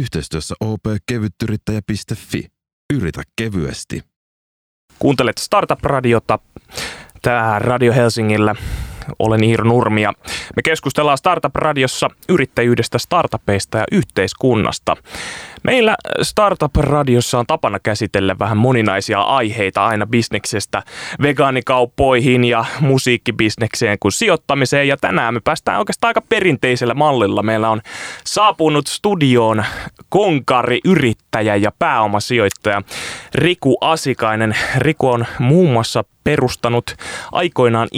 yhteistyössä opkevyttyrittäjä.fi. Yritä kevyesti. Kuuntelet Startup-radiota. Tää Radio Helsingillä. Olen Iiro Nurmi ja me keskustellaan Startup-radiossa yrittäjyydestä, startupeista ja yhteiskunnasta. Meillä Startup-radiossa on tapana käsitellä vähän moninaisia aiheita aina bisneksestä vegaanikauppoihin ja musiikkibisnekseen kuin sijoittamiseen. Ja tänään me päästään oikeastaan aika perinteisellä mallilla. Meillä on saapunut studioon konkari, yrittäjä ja pääomasijoittaja Riku Asikainen. Riku on muun muassa perustanut aikoinaan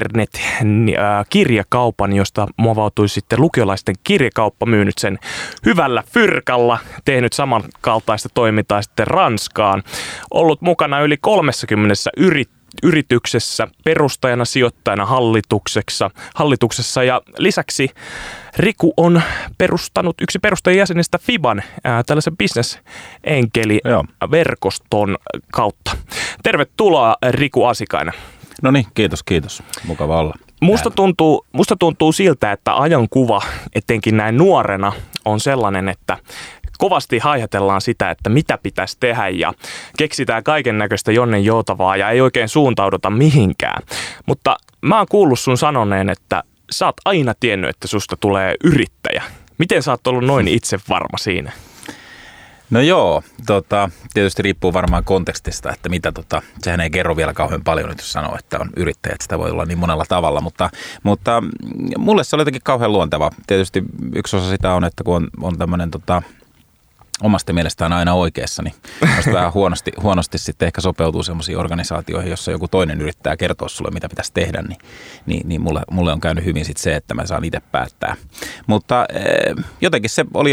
internet-kirjakaupan, josta muovautui sitten lukiolaisten kirjakauppa, myynyt sen hyvällä fyrkalla, tehnyt samankaltaista toimintaa sitten Ranskaan, ollut mukana yli 30 yrityksessä, perustajana, sijoittajana hallituksessa ja lisäksi Riku on perustanut yksi perustajien jäsenistä FIBAn, tällaisen bisnesenkeliverkoston kautta. Tervetuloa Riku Asikainen. No niin, kiitos. Mukava olla. Musta tuntuu siltä, että ajankuva etenkin näin nuorena on sellainen, että kovasti haihatellaan sitä, että mitä pitäisi tehdä ja keksitään kaiken näköistä jonnenjoutavaa ja ei oikein suuntauduta mihinkään. Mutta mä oon kuullut sun sanoneen, että sä oot aina tiennyt, että susta tulee yrittäjä. Miten sä oot ollut noin itsevarma siinä? No joo, tietysti riippuu varmaan kontekstista, että mitä sehän ei kerro vielä kauhean paljon, jos sanoo, että on yrittäjä, että sitä voi olla niin monella tavalla, mutta mulle se oli jotenkin kauhean luonteva. Tietysti yksi osa sitä on, että kun on tämmöinen omasta mielestään aina oikeassa, niin vähän huonosti sitten ehkä sopeutuu semmoisiin organisaatioihin, jossa joku toinen yrittää kertoa sulle, mitä pitäisi tehdä, niin mulle on käynyt hyvin sitten se, että mä saan itse päättää. Mutta jotenkin se oli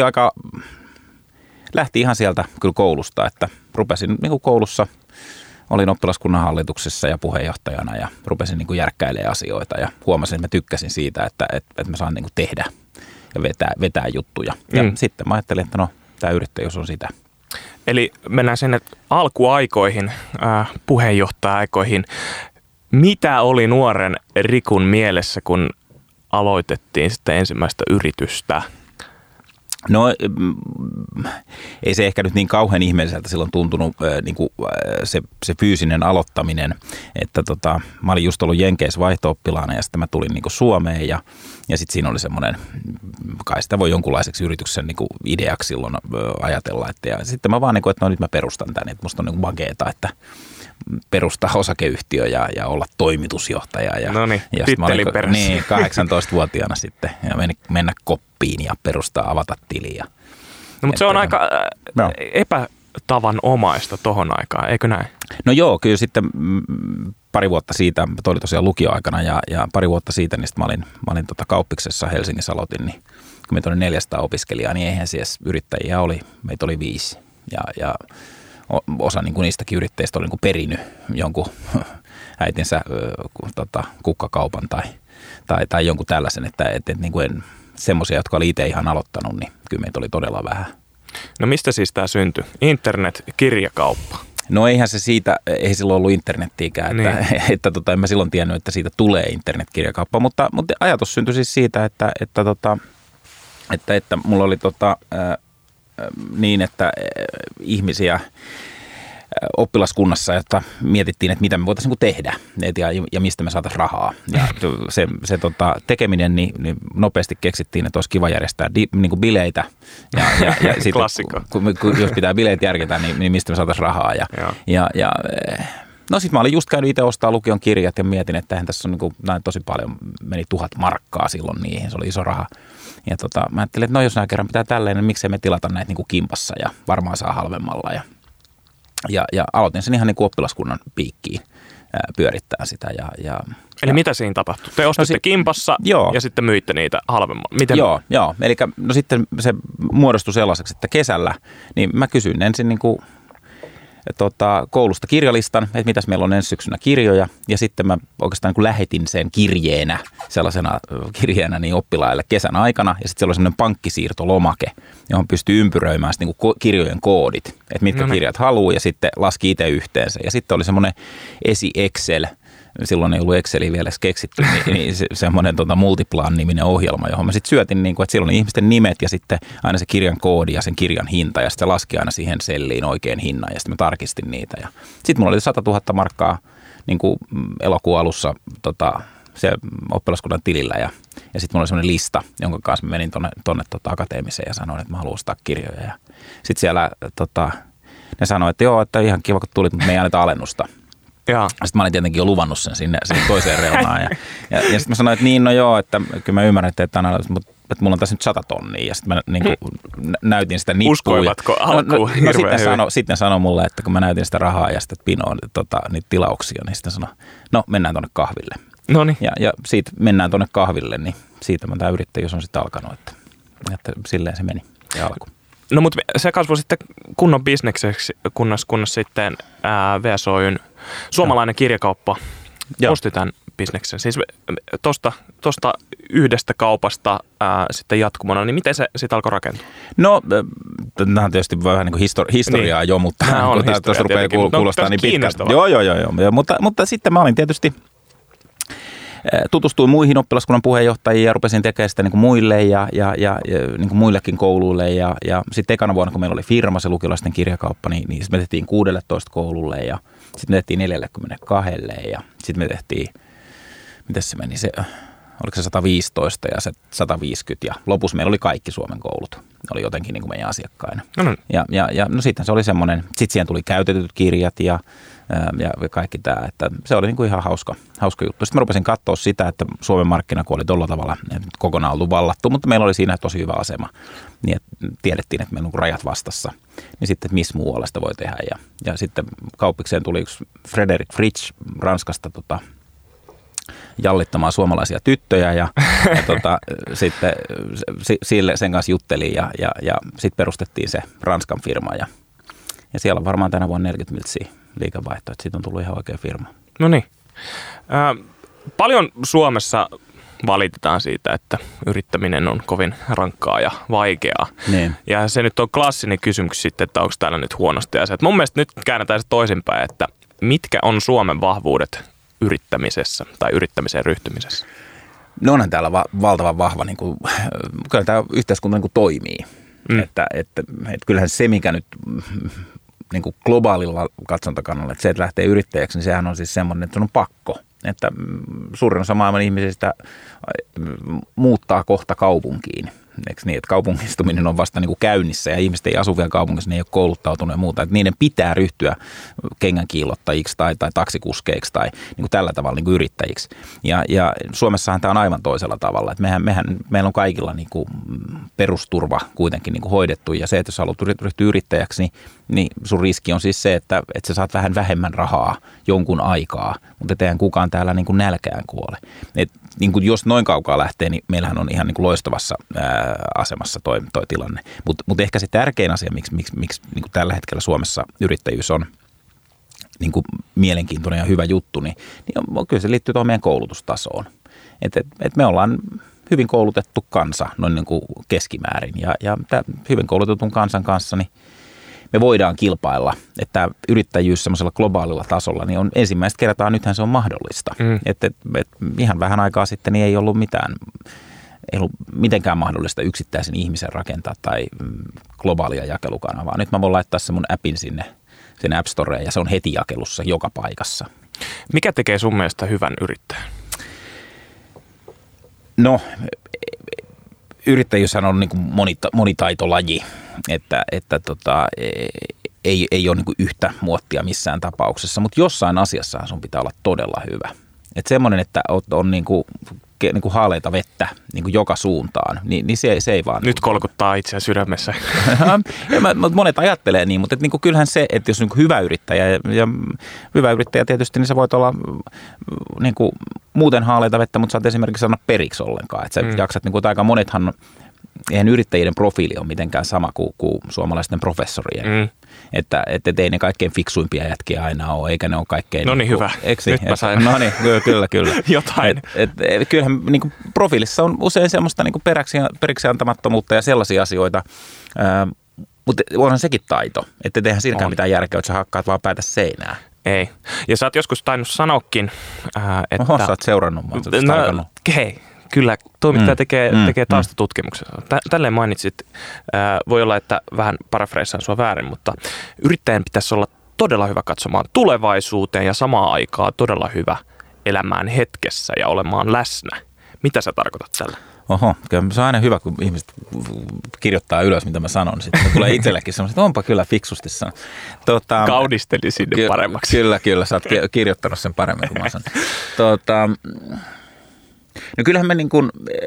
lähti ihan sieltä kyllä koulusta, että rupesin niin kuin koulussa, olin oppilaskunnan hallituksessa ja puheenjohtajana ja rupesin niin kuin järkkäilemään asioita ja huomasin, että mä tykkäsin siitä, että mä saan niin kuin tehdä ja vetää juttuja. Ja sitten mä ajattelin, että tämä yrittäjyys on sitä. Eli mennään sinne alkuaikoihin, puheenjohtaja-aikoihin. Mitä oli nuoren Rikun mielessä, kun aloitettiin sitten ensimmäistä yritystä? No ei se ehkä nyt niin kauhean ihmeelliseltä silloin tuntunut niin kuin se fyysinen aloittaminen, että mä olin just ollut Jenkeissä vaihto-oppilaana ja sitten mä tulin niin kuin Suomeen ja sitten siinä oli semmoinen, kai sitä voi jonkunlaiseksi yrityksen niin kuin ideaksi silloin ajatella, ja sitten mä vaan niin kuin, että nyt mä perustan tämän, että musta on niin kuin makeeta, että perustaa osakeyhtiö ja olla toimitusjohtaja. No niin, tittelin perässä. Niin, 18-vuotiaana sitten ja mennä koppiin ja avata tiliä. No, mutta se on aika epätavanomaista tohon aikaan, eikö näin? No joo, kyllä sitten pari vuotta siitä, toi oli tosiaan lukioaikana ja pari vuotta siitä, niin mä olin Kauppiksessa Helsingissä aloitin, niin kun meitä oli 400 opiskelijaa, niin eihän siis yrittäjiä oli, meitä oli 5 ja osa niin kuin niistäkin yrittäjistä oli niin kuin perinyt jonkun äitinsä kukkakaupan tai jonkun tällaisen, että niin kuin semmoisia, jotka oli itse ihan aloittanut, niin kyllä meitä oli todella vähän. No mistä siis tämä syntyi? Internet-kirjakauppa? No eihän se siitä, ei silloin ollut internettiikään, että en mä silloin tiennyt, että siitä tulee internetkirjakauppa, mutta ajatus syntyi siis siitä, että mulla oli niin, että ihmisiä oppilaskunnassa, jotta mietittiin, että mitä me voitaisiin tehdä ja mistä me saataisiin rahaa. Ja se tekeminen, niin nopeasti keksittiin, että olisi kiva järjestää niin kuin bileitä. Ja klassikko. Jos pitää bileet järjestä, niin mistä me saataisiin rahaa. No sitten mä olin just käynyt itse ostaa lukion kirjat ja mietin, että eihän tässä on niin kuin, näin tosi paljon, meni 1000 markkaa silloin niihin, se oli iso raha. Ja mä ajattelin, että jos nämä kerran pitää tälleen, niin miksei me tilata näitä niin kuin kimpassa ja varmaan saa halvemmalla. Ja aloitin sen ihan niin kuin oppilaskunnan piikkiin pyörittää sitä. Eli mitä siinä tapahtui? Te ostitte kimpassa ja sitten myitte niitä halvemmalla. Miten? Joo. Eli sitten se muodostui sellaiseksi, että kesällä niin mä kysyin ensin niin kuin koulusta kirjalistan, että mitäs meillä on ensi syksynä kirjoja, ja sitten mä oikeastaan niin kuin lähetin sen sellaisena kirjeenä niin oppilaille kesän aikana, ja sitten siellä oli semmoinen pankkisiirtolomake, johon pystyy ympyröimään niin kuin kirjojen koodit, että mitkä kirjat haluaa, ja sitten laski itse yhteensä. Ja sitten oli semmoinen esi-Excel, silloin ei ollut Exceliä vielä edes keksitty, niin semmoinen Multiplan-niminen ohjelma, johon mä sitten syötin, niin kuin, että silloin oli ihmisten nimet ja sitten aina se kirjan koodi ja sen kirjan hinta ja sitten laski aina siihen selliin oikein hinnan ja sitten mä tarkistin niitä. Ja sitten mulla oli 100 000 markkaa niin kuin elokuun alussa se oppilaskunnan tilillä ja sitten mulla oli semmoinen lista, jonka kanssa mä menin tonne akateemiseen ja sanoin, että mä haluan ostaa kirjoja. Ja sitten siellä ne sanoi, että joo, että ihan kiva kun tulit, mutta me ei anneta alennusta. Ja sitten mä olin tietenkin jo luvannut sen sinne toiseen reunaan. Ja sitten mä sanoin, että niin, no joo, että kyllä mä ymmärrän, että mulla on tässä nyt 100 tonnia. Ja sitten mä niin kuin näytin sitä nippua. Uskoivatko alkuun? Sitten sanoi mulle, että kun mä näytin sitä rahaa ja sitten pinoon niitä tilauksia, niin sitten sanoi, no mennään tuonne kahville. Noniin. Ja siitä mennään tuonne kahville, niin siitä tämä yrittäjyys on sitten alkanut, että silleen se meni ja alku. No mutta se kasvoi sitten kunnon bisnekseksi, kunnes sitten VSOYn suomalainen kirjakauppa osti tämän bisneksen. Siis tuosta yhdestä kaupasta sitten jatkumona, niin miten se sitten alkoi rakentua? No, tämä on tietysti vähän niin kuin historiaa niin. Jo, mutta tuossa rupeaa kuulostaa niin pitkältä. Joo. Mutta sitten mä olin tietysti tutustuin muihin oppilaskunnan puheenjohtajiin ja rupesin tekemään sitä niin kuin muille ja niin kuin muillekin kouluille. Ja sitten ekana vuonna, kun meillä oli firma, se lukiolaisten kirjakauppa, niin me tehtiin 16 koululle ja sitten me tehtiin 42 ja sitten me tehtiin, miten se meni, oliko se 115 ja se 150 ja lopussa meillä oli kaikki Suomen koulut. Ne oli jotenkin niin kuin meidän asiakkaina. No sitten se oli semmoinen, sitten siihen tuli käytetyt kirjat ja kaikki tämä, että se oli niin kuin ihan hauska juttu. Sitten mä rupesin katsoa sitä, että Suomen markkina, kun oli tuolla tavalla kokonaan ollut vallattu, mutta meillä oli siinä tosi hyvä asema. Niin että tiedettiin, että meillä on rajat vastassa. Niin sitten, että missä muualla sitä voi tehdä. Ja sitten kauppikseen tuli yksi Frederick Fritsch Ranskasta jallittamaan suomalaisia tyttöjä ja sitten sen kanssa juttelin ja sitten perustettiin se Ranskan firma ja siellä on varmaan tänä vuonna 40 miltsiä liikevaihtoa, että siitä on tullut ihan oikea firma. No niin. Paljon Suomessa valitetaan siitä, että yrittäminen on kovin rankkaa ja vaikeaa. Niin. Ja se nyt on klassinen kysymys sitten, että onko täällä nyt huonosti asiat. Mun mielestä nyt käännetään se toisinpäin, että mitkä on Suomen vahvuudet yrittämisessä tai yrittämiseen ryhtymisessä? No onhan täällä valtavan vahva, niin kuin, kyllä tämä yhteiskunta niin kuin toimii. Että kyllähän se, mikä nyt niin kuin globaalilla katsontakannalla, että se, että lähtee yrittäjäksi, niin sehän on siis semmoinen, että se on pakko. Että suurin osa maailman ihmisistä muuttaa kohta kaupunkiin. Eikö niin, että kaupungistuminen on vasta niin kuin käynnissä ja ihmiset ei asu vielä kaupungissa, ne ei ole kouluttautunut ja muuta. Että niiden pitää ryhtyä kengänkiillottajiksi tai taksikuskeiksi tai niin kuin tällä tavalla niin kuin yrittäjiksi. Ja Suomessahan tämä on aivan toisella tavalla. Että meillä on kaikilla niin kuin perusturva kuitenkin niin kuin hoidettu ja se, että jos haluat ryhtyä yrittäjäksi, niin sun riski on siis se, että sä saat vähän vähemmän rahaa jonkun aikaa, mutta eihän kukaan täällä niin kuin nälkään kuole. Et, niin kuin jos noin kaukaa lähtee, niin meillähän on ihan niin kuin loistavassa asemassa toi tilanne. Mutta ehkä se tärkein asia, miksi niin kuin tällä hetkellä Suomessa yrittäjyys on niin kuin mielenkiintoinen ja hyvä juttu, niin kyllä se liittyy tuohon meidän koulutustasoon. Et me ollaan hyvin koulutettu kansa noin niin kuin keskimäärin ja hyvin koulutetun kansan kanssa, niin me voidaan kilpailla, että yrittäjyys semmoisella globaalilla tasolla niin on ensimmäistä kertaa, nythän se on mahdollista. Et ihan vähän aikaa sitten niin ei ollut mitenkään mahdollista yksittäisen ihmisen rakentaa tai globaalia jakelukanavaa. Nyt mä voin laittaa se mun appin sinne App Storeen ja se on heti jakelussa joka paikassa. Mikä tekee sun mielestä hyvän yrittäjän? No, yrittäjyyshän on niin kuin monitaitolaji, että ei ole niin kuin yhtä muottia missään tapauksessa, mutta jossain asiassa sun pitää olla todella hyvä. Että semmoinen, että on niin kuin haaleita vettä niin kuin joka suuntaan, niin se ei vaan... Nyt kolkuttaa itseään sydämessä. Monet ajattelee niin, mutta niin kuin kyllähän se, että jos on niin hyvä yrittäjä ja hyvä yrittäjä tietysti, niin sä voit olla niin kuin muuten haaleita vettä, mutta sä oot esimerkiksi sanoa periksi ollenkaan. Että sä jaksat, niin kuin, aika monethan, eihän yrittäjien profiili ole mitenkään sama kuin suomalaisten professorien. Että ei ne kaikkein fiksuimpia jätkiä aina ole, eikä ne ole kaikkein... No niin, hyvä. Nyt mä sain. No niin, kyllä. Jotain. Kyllähän niin kuin profiilissa on usein semmoista niin kuin periksi antamattomuutta ja sellaisia asioita, mutta onhan sekin taito. Että eihän siinäkään mitään järkeä, että sä hakkaat vaan päätä seinään. Ei. Ja sä oot joskus tainnut sanoakin, että... Oho, sä oot seurannut, mä oon hei, kyllä, toimittaja tekee taustatutkimuksessa. Tälleen mainitsit, voi olla, että vähän parafreissaan sua väärin, mutta yrittäjän pitäisi olla todella hyvä katsomaan tulevaisuuteen ja samaan aikaan todella hyvä elämään hetkessä ja olemaan läsnä. Mitä sä tarkoitat tällä? Oho, kyllä se on aina hyvä, kun ihmiset kirjoittaa ylös, mitä mä sanon. Sitten tulee itsellekin semmoista, että onpa kyllä fiksusti sanonut. Kaudisteli sinne paremmaksi. Kyllä, sä oot kirjoittanut sen paremmin kuin mä sanon. No kyllähän me niin kuin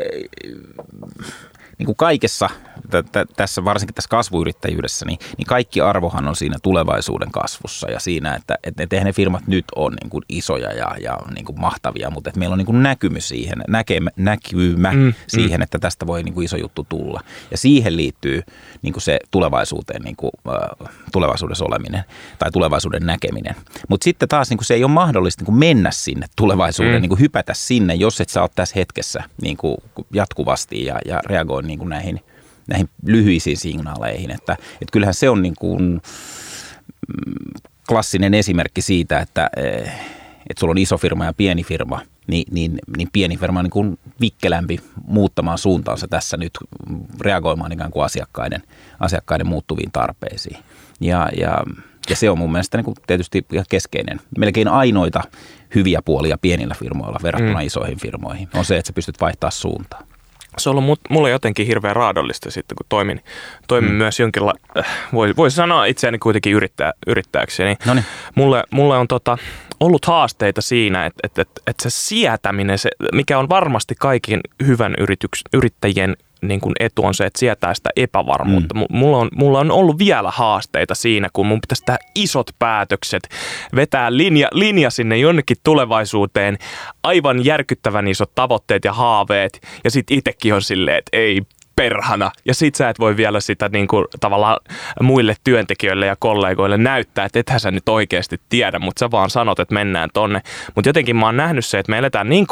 kaikessa, tässä, varsinkin tässä kasvuyrittäjyydessä, niin kaikki arvohan on siinä tulevaisuuden kasvussa ja siinä, että eihän ne firmat nyt on niin kuin isoja ja niin kuin mahtavia, mutta että meillä on niin kuin näkymys siihen, näkymä siihen, että tästä voi niin kuin iso juttu tulla. Ja siihen liittyy niin kuin se tulevaisuuteen, niin kuin, tulevaisuudessa oleminen tai tulevaisuuden näkeminen. Mutta sitten taas niin kuin se ei ole mahdollista niin kuin mennä sinne tulevaisuuteen, niin kuin hypätä sinne, jos et sä ole tässä hetkessä niin kuin jatkuvasti ja reagoi niin kuin näihin lyhyisiin signaaleihin, että kyllähän se on niin kuin klassinen esimerkki siitä, että sulla on iso firma ja pieni firma, niin pieni firma on niin kuin vikkelämpi muuttamaan suuntaansa tässä nyt reagoimaan ikään kuin asiakkaiden muuttuviin tarpeisiin. Ja se on mun mielestä niin kuin tietysti ihan keskeinen. Melkein ainoita hyviä puolia pienillä firmoilla verrattuna isoihin firmoihin on se, että sä pystyt vaihtaa suuntaa. Se on ollut mulle jotenkin hirveän raadollista sitten, kun toimin myös voisi sanoa itseäni kuitenkin yrittäjäksi. Niin mulle on ollut haasteita siinä, että se sietäminen, mikä on varmasti kaikkien hyvän yrittäjien niin kuin etu on se, että sietää sitä epävarmuutta. Mulla on ollut vielä haasteita siinä, kun mun pitäisi tehdä isot päätökset, vetää linja sinne jonnekin tulevaisuuteen, aivan järkyttävän isot tavoitteet ja haaveet, ja sit itsekin on silleen, että ei perhana. Ja sit sä et voi vielä sitä niin kuin, tavallaan muille työntekijöille ja kollegoille näyttää, että ethän sä nyt oikeasti tiedä, mutta sä vaan sanot, että mennään tonne. Mutta jotenkin mä oon nähnyt se, että me eletään niin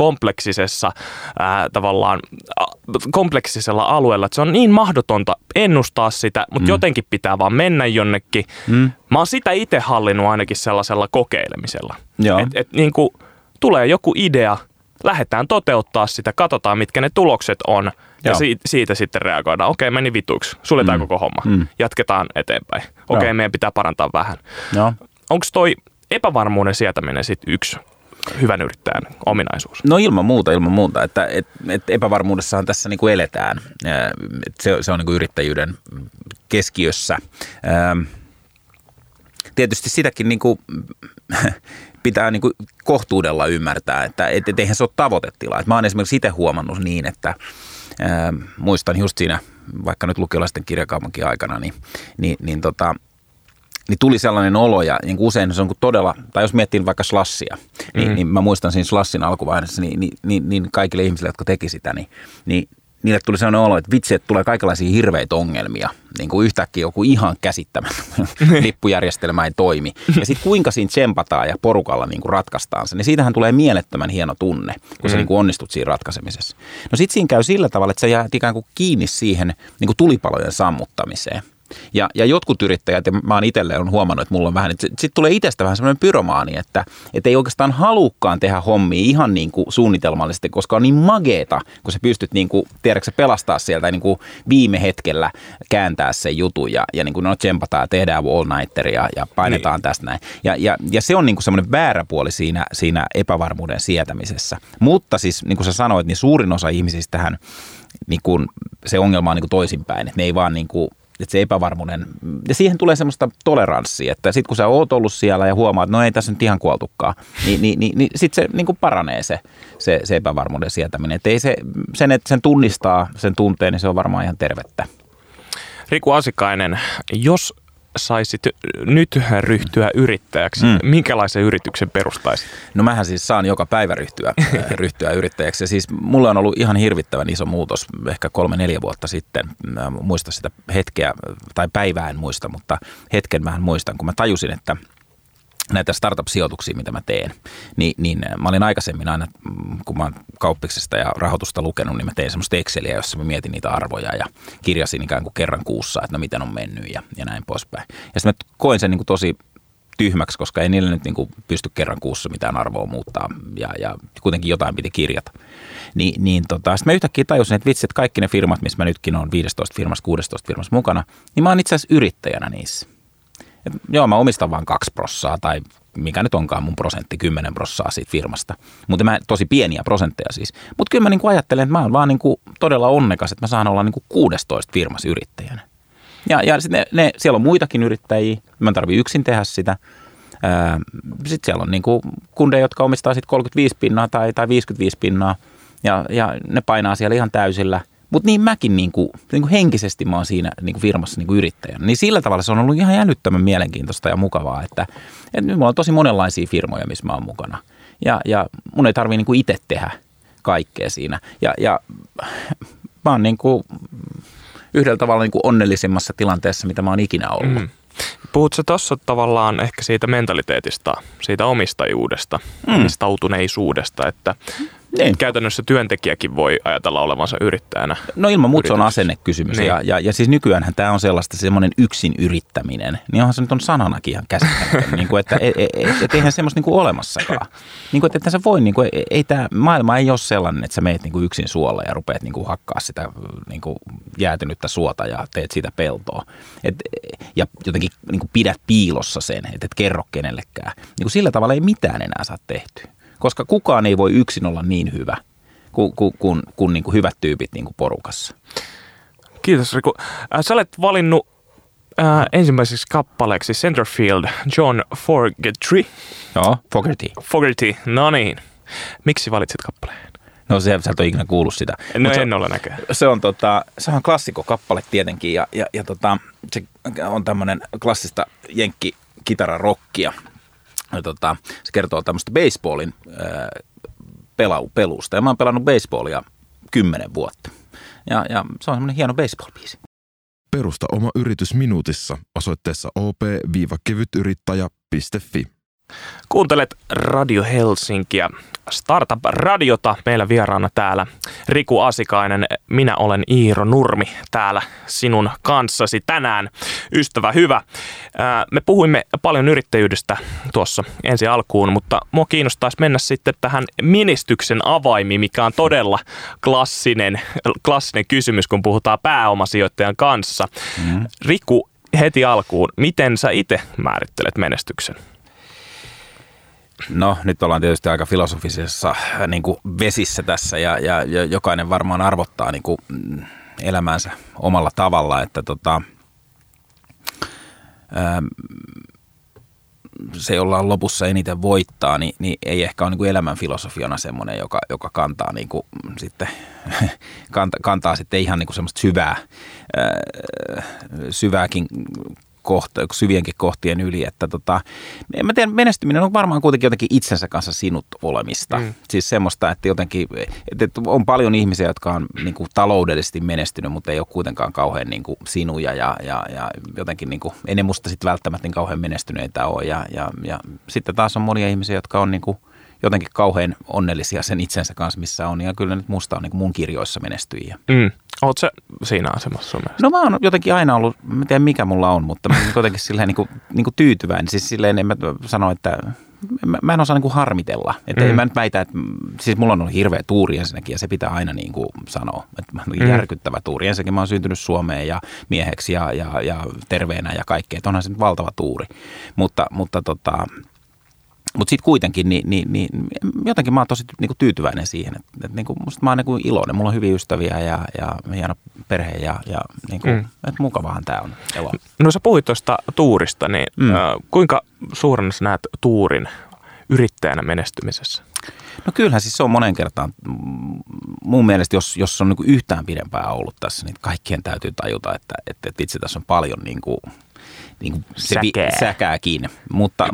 kompleksisella alueella, että se on niin mahdotonta ennustaa sitä, mutta jotenkin pitää vaan mennä jonnekin. Mä oon sitä itse hallinnut ainakin sellaisella kokeilemisella. Että niin kuin tulee joku idea, lähdetään toteuttaa sitä, katsotaan mitkä ne tulokset on. Ja siitä sitten reagoidaan. Okei, meni vituiksi. Suljetaan koko homma. Jatketaan eteenpäin. Okei, meidän pitää parantaa vähän. Onko toi epävarmuuden sietäminen sitten yksi hyvän yrittäjän ominaisuus? No ilman muuta. Että epävarmuudessahan tässä niin kuin eletään. Se on niin kuin yrittäjyyden keskiössä. Tietysti sitäkin niin kuin pitää niin kuin kohtuudella ymmärtää, että eihän se ole tavoitetila. Mä oon esimerkiksi itse huomannut niin, että muistan just siinä, vaikka nyt lukiolaisten kirjakaupunkin aikana, niin tuli sellainen olo, ja niin usein se on todella, tai jos miettii vaikka Slashia, niin mä muistan siinä Slashin alkuvaiheessa, niin kaikille ihmisille, jotka teki sitä, niin niille tuli sellainen olo, että vitsi, että tulee kaikenlaisia hirveitä ongelmia. Niin kuin yhtäkkiä joku ihan käsittämätön lippujärjestelmä ei toimi. Ja sitten kuinka siinä tsempataan ja porukalla niin kuin ratkaistaan se, niin siitähän tulee mielettömän hieno tunne, kun sä niin kuin onnistut siinä ratkaisemisessa. No sitten siinä käy sillä tavalla, että sä jäät ikään kuin kiinni siihen niin kuin tulipalojen sammuttamiseen. Ja jotkut yrittäjät, ja mä oon itselleen huomannut, että mulla on vähän, että sitten tulee itsestä vähän semmoinen pyromaani, että ei oikeastaan halukkaan tehdä hommia ihan niin kuin suunnitelmallisesti, koska on niin mageeta, kun sä pystyt niin kuin, tiedätkö, pelastaa sieltä niin kuin viime hetkellä kääntää sen jutun ja niin kuin tsempataan ja tehdään all-nighteria ja painetaan tästä näin. Ja se on niin kuin semmoinen väärä puoli siinä epävarmuuden sietämisessä. Mutta siis, niin kuin sä sanoit, niin suurin osa ihmisistähän niin kuin, se ongelma on niin kuin toisinpäin, että ne ei vaan niin kuin, että se epävarmuuden, ja siihen tulee semmoista toleranssia, että sitten kun sä oot ollut siellä ja huomaat, että no ei tässä nyt ihan kuoltukaan, niin sitten se niin kuin paranee se epävarmuuden sietäminen. Että ei että sen tunnistaa, sen tunteen, niin se on varmaan ihan tervettä. Riku Asikainen, jos saisit nyt ryhtyä yrittäjäksi, minkälaisen yrityksen perustaisit? No mähän siis saan joka päivä ryhtyä yrittäjäksi. Ja siis mulla on ollut ihan hirvittävän iso muutos ehkä 3-4 vuotta sitten. Mä muista sitä hetkeä, tai päivää en muista, mutta hetken vähän muistan, kun mä tajusin, että näitä startup-sijoituksia, mitä mä teen, niin mä olin aikaisemmin aina, kun mä oon kauppiksesta ja rahoitusta lukenut, niin mä tein semmoista Exceliä, jossa mä mietin niitä arvoja ja kirjasin ikään kuin kerran kuussa, että no miten on mennyt ja näin poispäin. Ja sitten mä koin sen niin kuin tosi tyhmäksi, koska ei niille nyt niin kuin pysty kerran kuussa mitään arvoa muuttaa ja kuitenkin jotain piti kirjata. Sitten mä yhtäkkiä tajusin, että vitsi, että kaikki ne firmat, missä mä nytkin on 15 firmassa, 16 firmassa mukana, niin mä oon itse asiassa yrittäjänä niissä. Joo, mä omistan vaan 2% tai mikä nyt onkaan mun prosentti, 10% siitä firmasta. Mutta mä tosi pieniä prosentteja siis. Mutta kyllä mä niinku ajattelen, että mä oon vaan niinku todella onnekas, että mä saan olla niinku 16 firmassa yrittäjänä. Ja sitten siellä on muitakin yrittäjiä, mä en tarvitse yksin tehdä sitä. Sitten siellä on niinku kundeja, jotka omistaa sitten 35% tai 55%, ja ne painaa siellä ihan täysillä. Mutta niin mäkin niinku henkisesti mä oon siinä niinku firmassa niinku yrittäjänä. Niin sillä tavalla se on ollut ihan älyttömän mielenkiintoista ja mukavaa, että nyt mulla on tosi monenlaisia firmoja, missä mä oon mukana. Ja mun ei tarvitse niinku itse tehdä kaikkea siinä. Ja mä oon niinku yhdellä tavalla niinku onnellisimmassa tilanteessa, mitä mä oon ikinä ollut. Puhutko tuossa tavallaan ehkä siitä mentaliteetista, siitä omistajuudesta, omistautuneisuudesta, että käytännössä työntekijäkin voi ajatella olevansa yrittäjänä? No ilman muuta se on asennekysymys. Niin. Ja siis nykyäänhän tämä on sellaista semmoinen yksin yrittäminen, niin onhan se nyt on sananakin ihan käsittämätön, niin kuin, että eihän semmoista niin kuin olemassakaan. Niin kuin, että se voi, niin kuin, ei tämä maailma ei ole sellainen, että sä meet niin kuin yksin suolla ja rupeat niin kuin hakkaa sitä niin kuin jäätynyttä suota ja teet siitä peltoa. Ja jotenkin niin kuin pidät piilossa sen, että et kerro kenellekään. Niin kuin sillä tavalla ei mitään enää saa tehtyä. Koska kukaan ei voi yksin olla niin hyvä kuin niin kuin hyvät tyypit niin kuin porukassa. Kiitos Riku. Sä olet valinnut ensimmäiseksi kappaleeksi Centerfield John Fogerty. Joo, Fogerty, no niin. Miksi valitsit kappaleen? No sä et ole ikinä kuullut sitä. No en ole näköjään. Se on klassikkokappale tietenkin ja se on tämmöinen klassista jenkki-kitararockia. Se kertoo tämmöistä baseballin pelusta. Ja mä oon pelannut baseballia 10 vuotta. Ja se on semmoinen hieno baseball-biisi. Perusta oma yritys minuutissa osoitteessa op-kevytyrittäjä.fi. Kuuntelet Radio Helsinkiä, Startup-radiota. Meillä vieraana täällä Riku Asikainen. Minä olen Iiro Nurmi täällä sinun kanssasi tänään. Ystävä hyvä. Me puhuimme paljon yrittäjyydestä tuossa ensi alkuun, mutta mua kiinnostaisi mennä sitten tähän menestyksen avaimiin, mikä on todella klassinen kysymys, kun puhutaan pääomasijoittajan kanssa. Riku, heti alkuun, miten sä itse määrittelet menestyksen? No nyt ollaan tietysti aika filosofisessa niin kuin vesissä tässä ja jokainen varmaan arvottaa niin kuin elämänsä omalla tavalla, että se, jolla on lopussa eniten voittaa, niin ei ehkä ole niin kuin elämän filosofiana semmoinen, joka kantaa niin kuin sitten kantaa sitten ihan niin kuin semmoista syvääkin syvienkin kohtien yli, että mä tiedän, menestyminen on varmaan kuitenkin jotenkin itsensä kanssa sinut olemista. Siis semmoista, että jotenkin, että on paljon ihmisiä, jotka on niin kuin taloudellisesti menestynyt, mutta ei ole kuitenkaan kauhean niin kuin sinuja ja jotenkin niin kuin, ei ne musta sitten välttämättä niin kauhean menestyneitä ole ja sitten taas on monia ihmisiä, jotka on niin kuin jotenkin kauhean onnellisia sen itsensä kanssa, missä on. Ja kyllä nyt musta on niin kuin mun kirjoissa menestyjiä. Oletko sä siinä asemassa sun mielestä? No mä oon jotenkin aina ollut, mä tiedän mikä mulla on, mutta mä oon jotenkin silleen niin kuin tyytyväinen. Siis silleen en mä sano, että mä en osaa niin kuin harmitella. Että en mä nyt väitä, että siis mulla on ollut hirveä tuuri ensinnäkin ja se pitää aina niin kuin sanoa. Että mä oon järkyttävä tuuri. Ensinnäkin mä oon syntynyt Suomeen ja mieheksi ja terveenä ja kaikkea. Että onhan se nyt valtava tuuri. Mutta sitten kuitenkin, niin jotenkin mä oon tosi niin kuin tyytyväinen siihen, että niin kuin, musta mä oon niin kuin iloinen. Mulla on hyviä ystäviä ja hieno perhe ja niin kuin, että mukavahan tää on elo. No sä puhuit tuosta tuurista, niin kuinka suurena sä näet tuurin yrittäjänä menestymisessä? No kyllähän siis se on monen kertaan. Mun mielestä, jos on niin kuin yhtään pidempään ollut tässä, niin kaikkien täytyy tajuta, että itse tässä on paljon niin kuin säkääkin. Mutta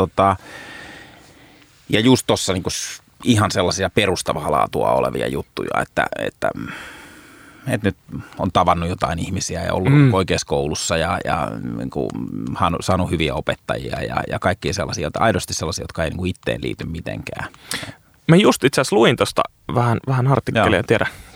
ja just tuossa niin ihan sellaisia perustavaa laatua olevia juttuja, että nyt on tavannut jotain ihmisiä ja ollut oikeassa koulussa ja niin kuin, saanut hyviä opettajia ja kaikkia sellaisia, aidosti sellaisia, jotka ei niin kuin itteen liity mitenkään. Mä just itse asiassa luin tuosta vähän artikkelia, tiedä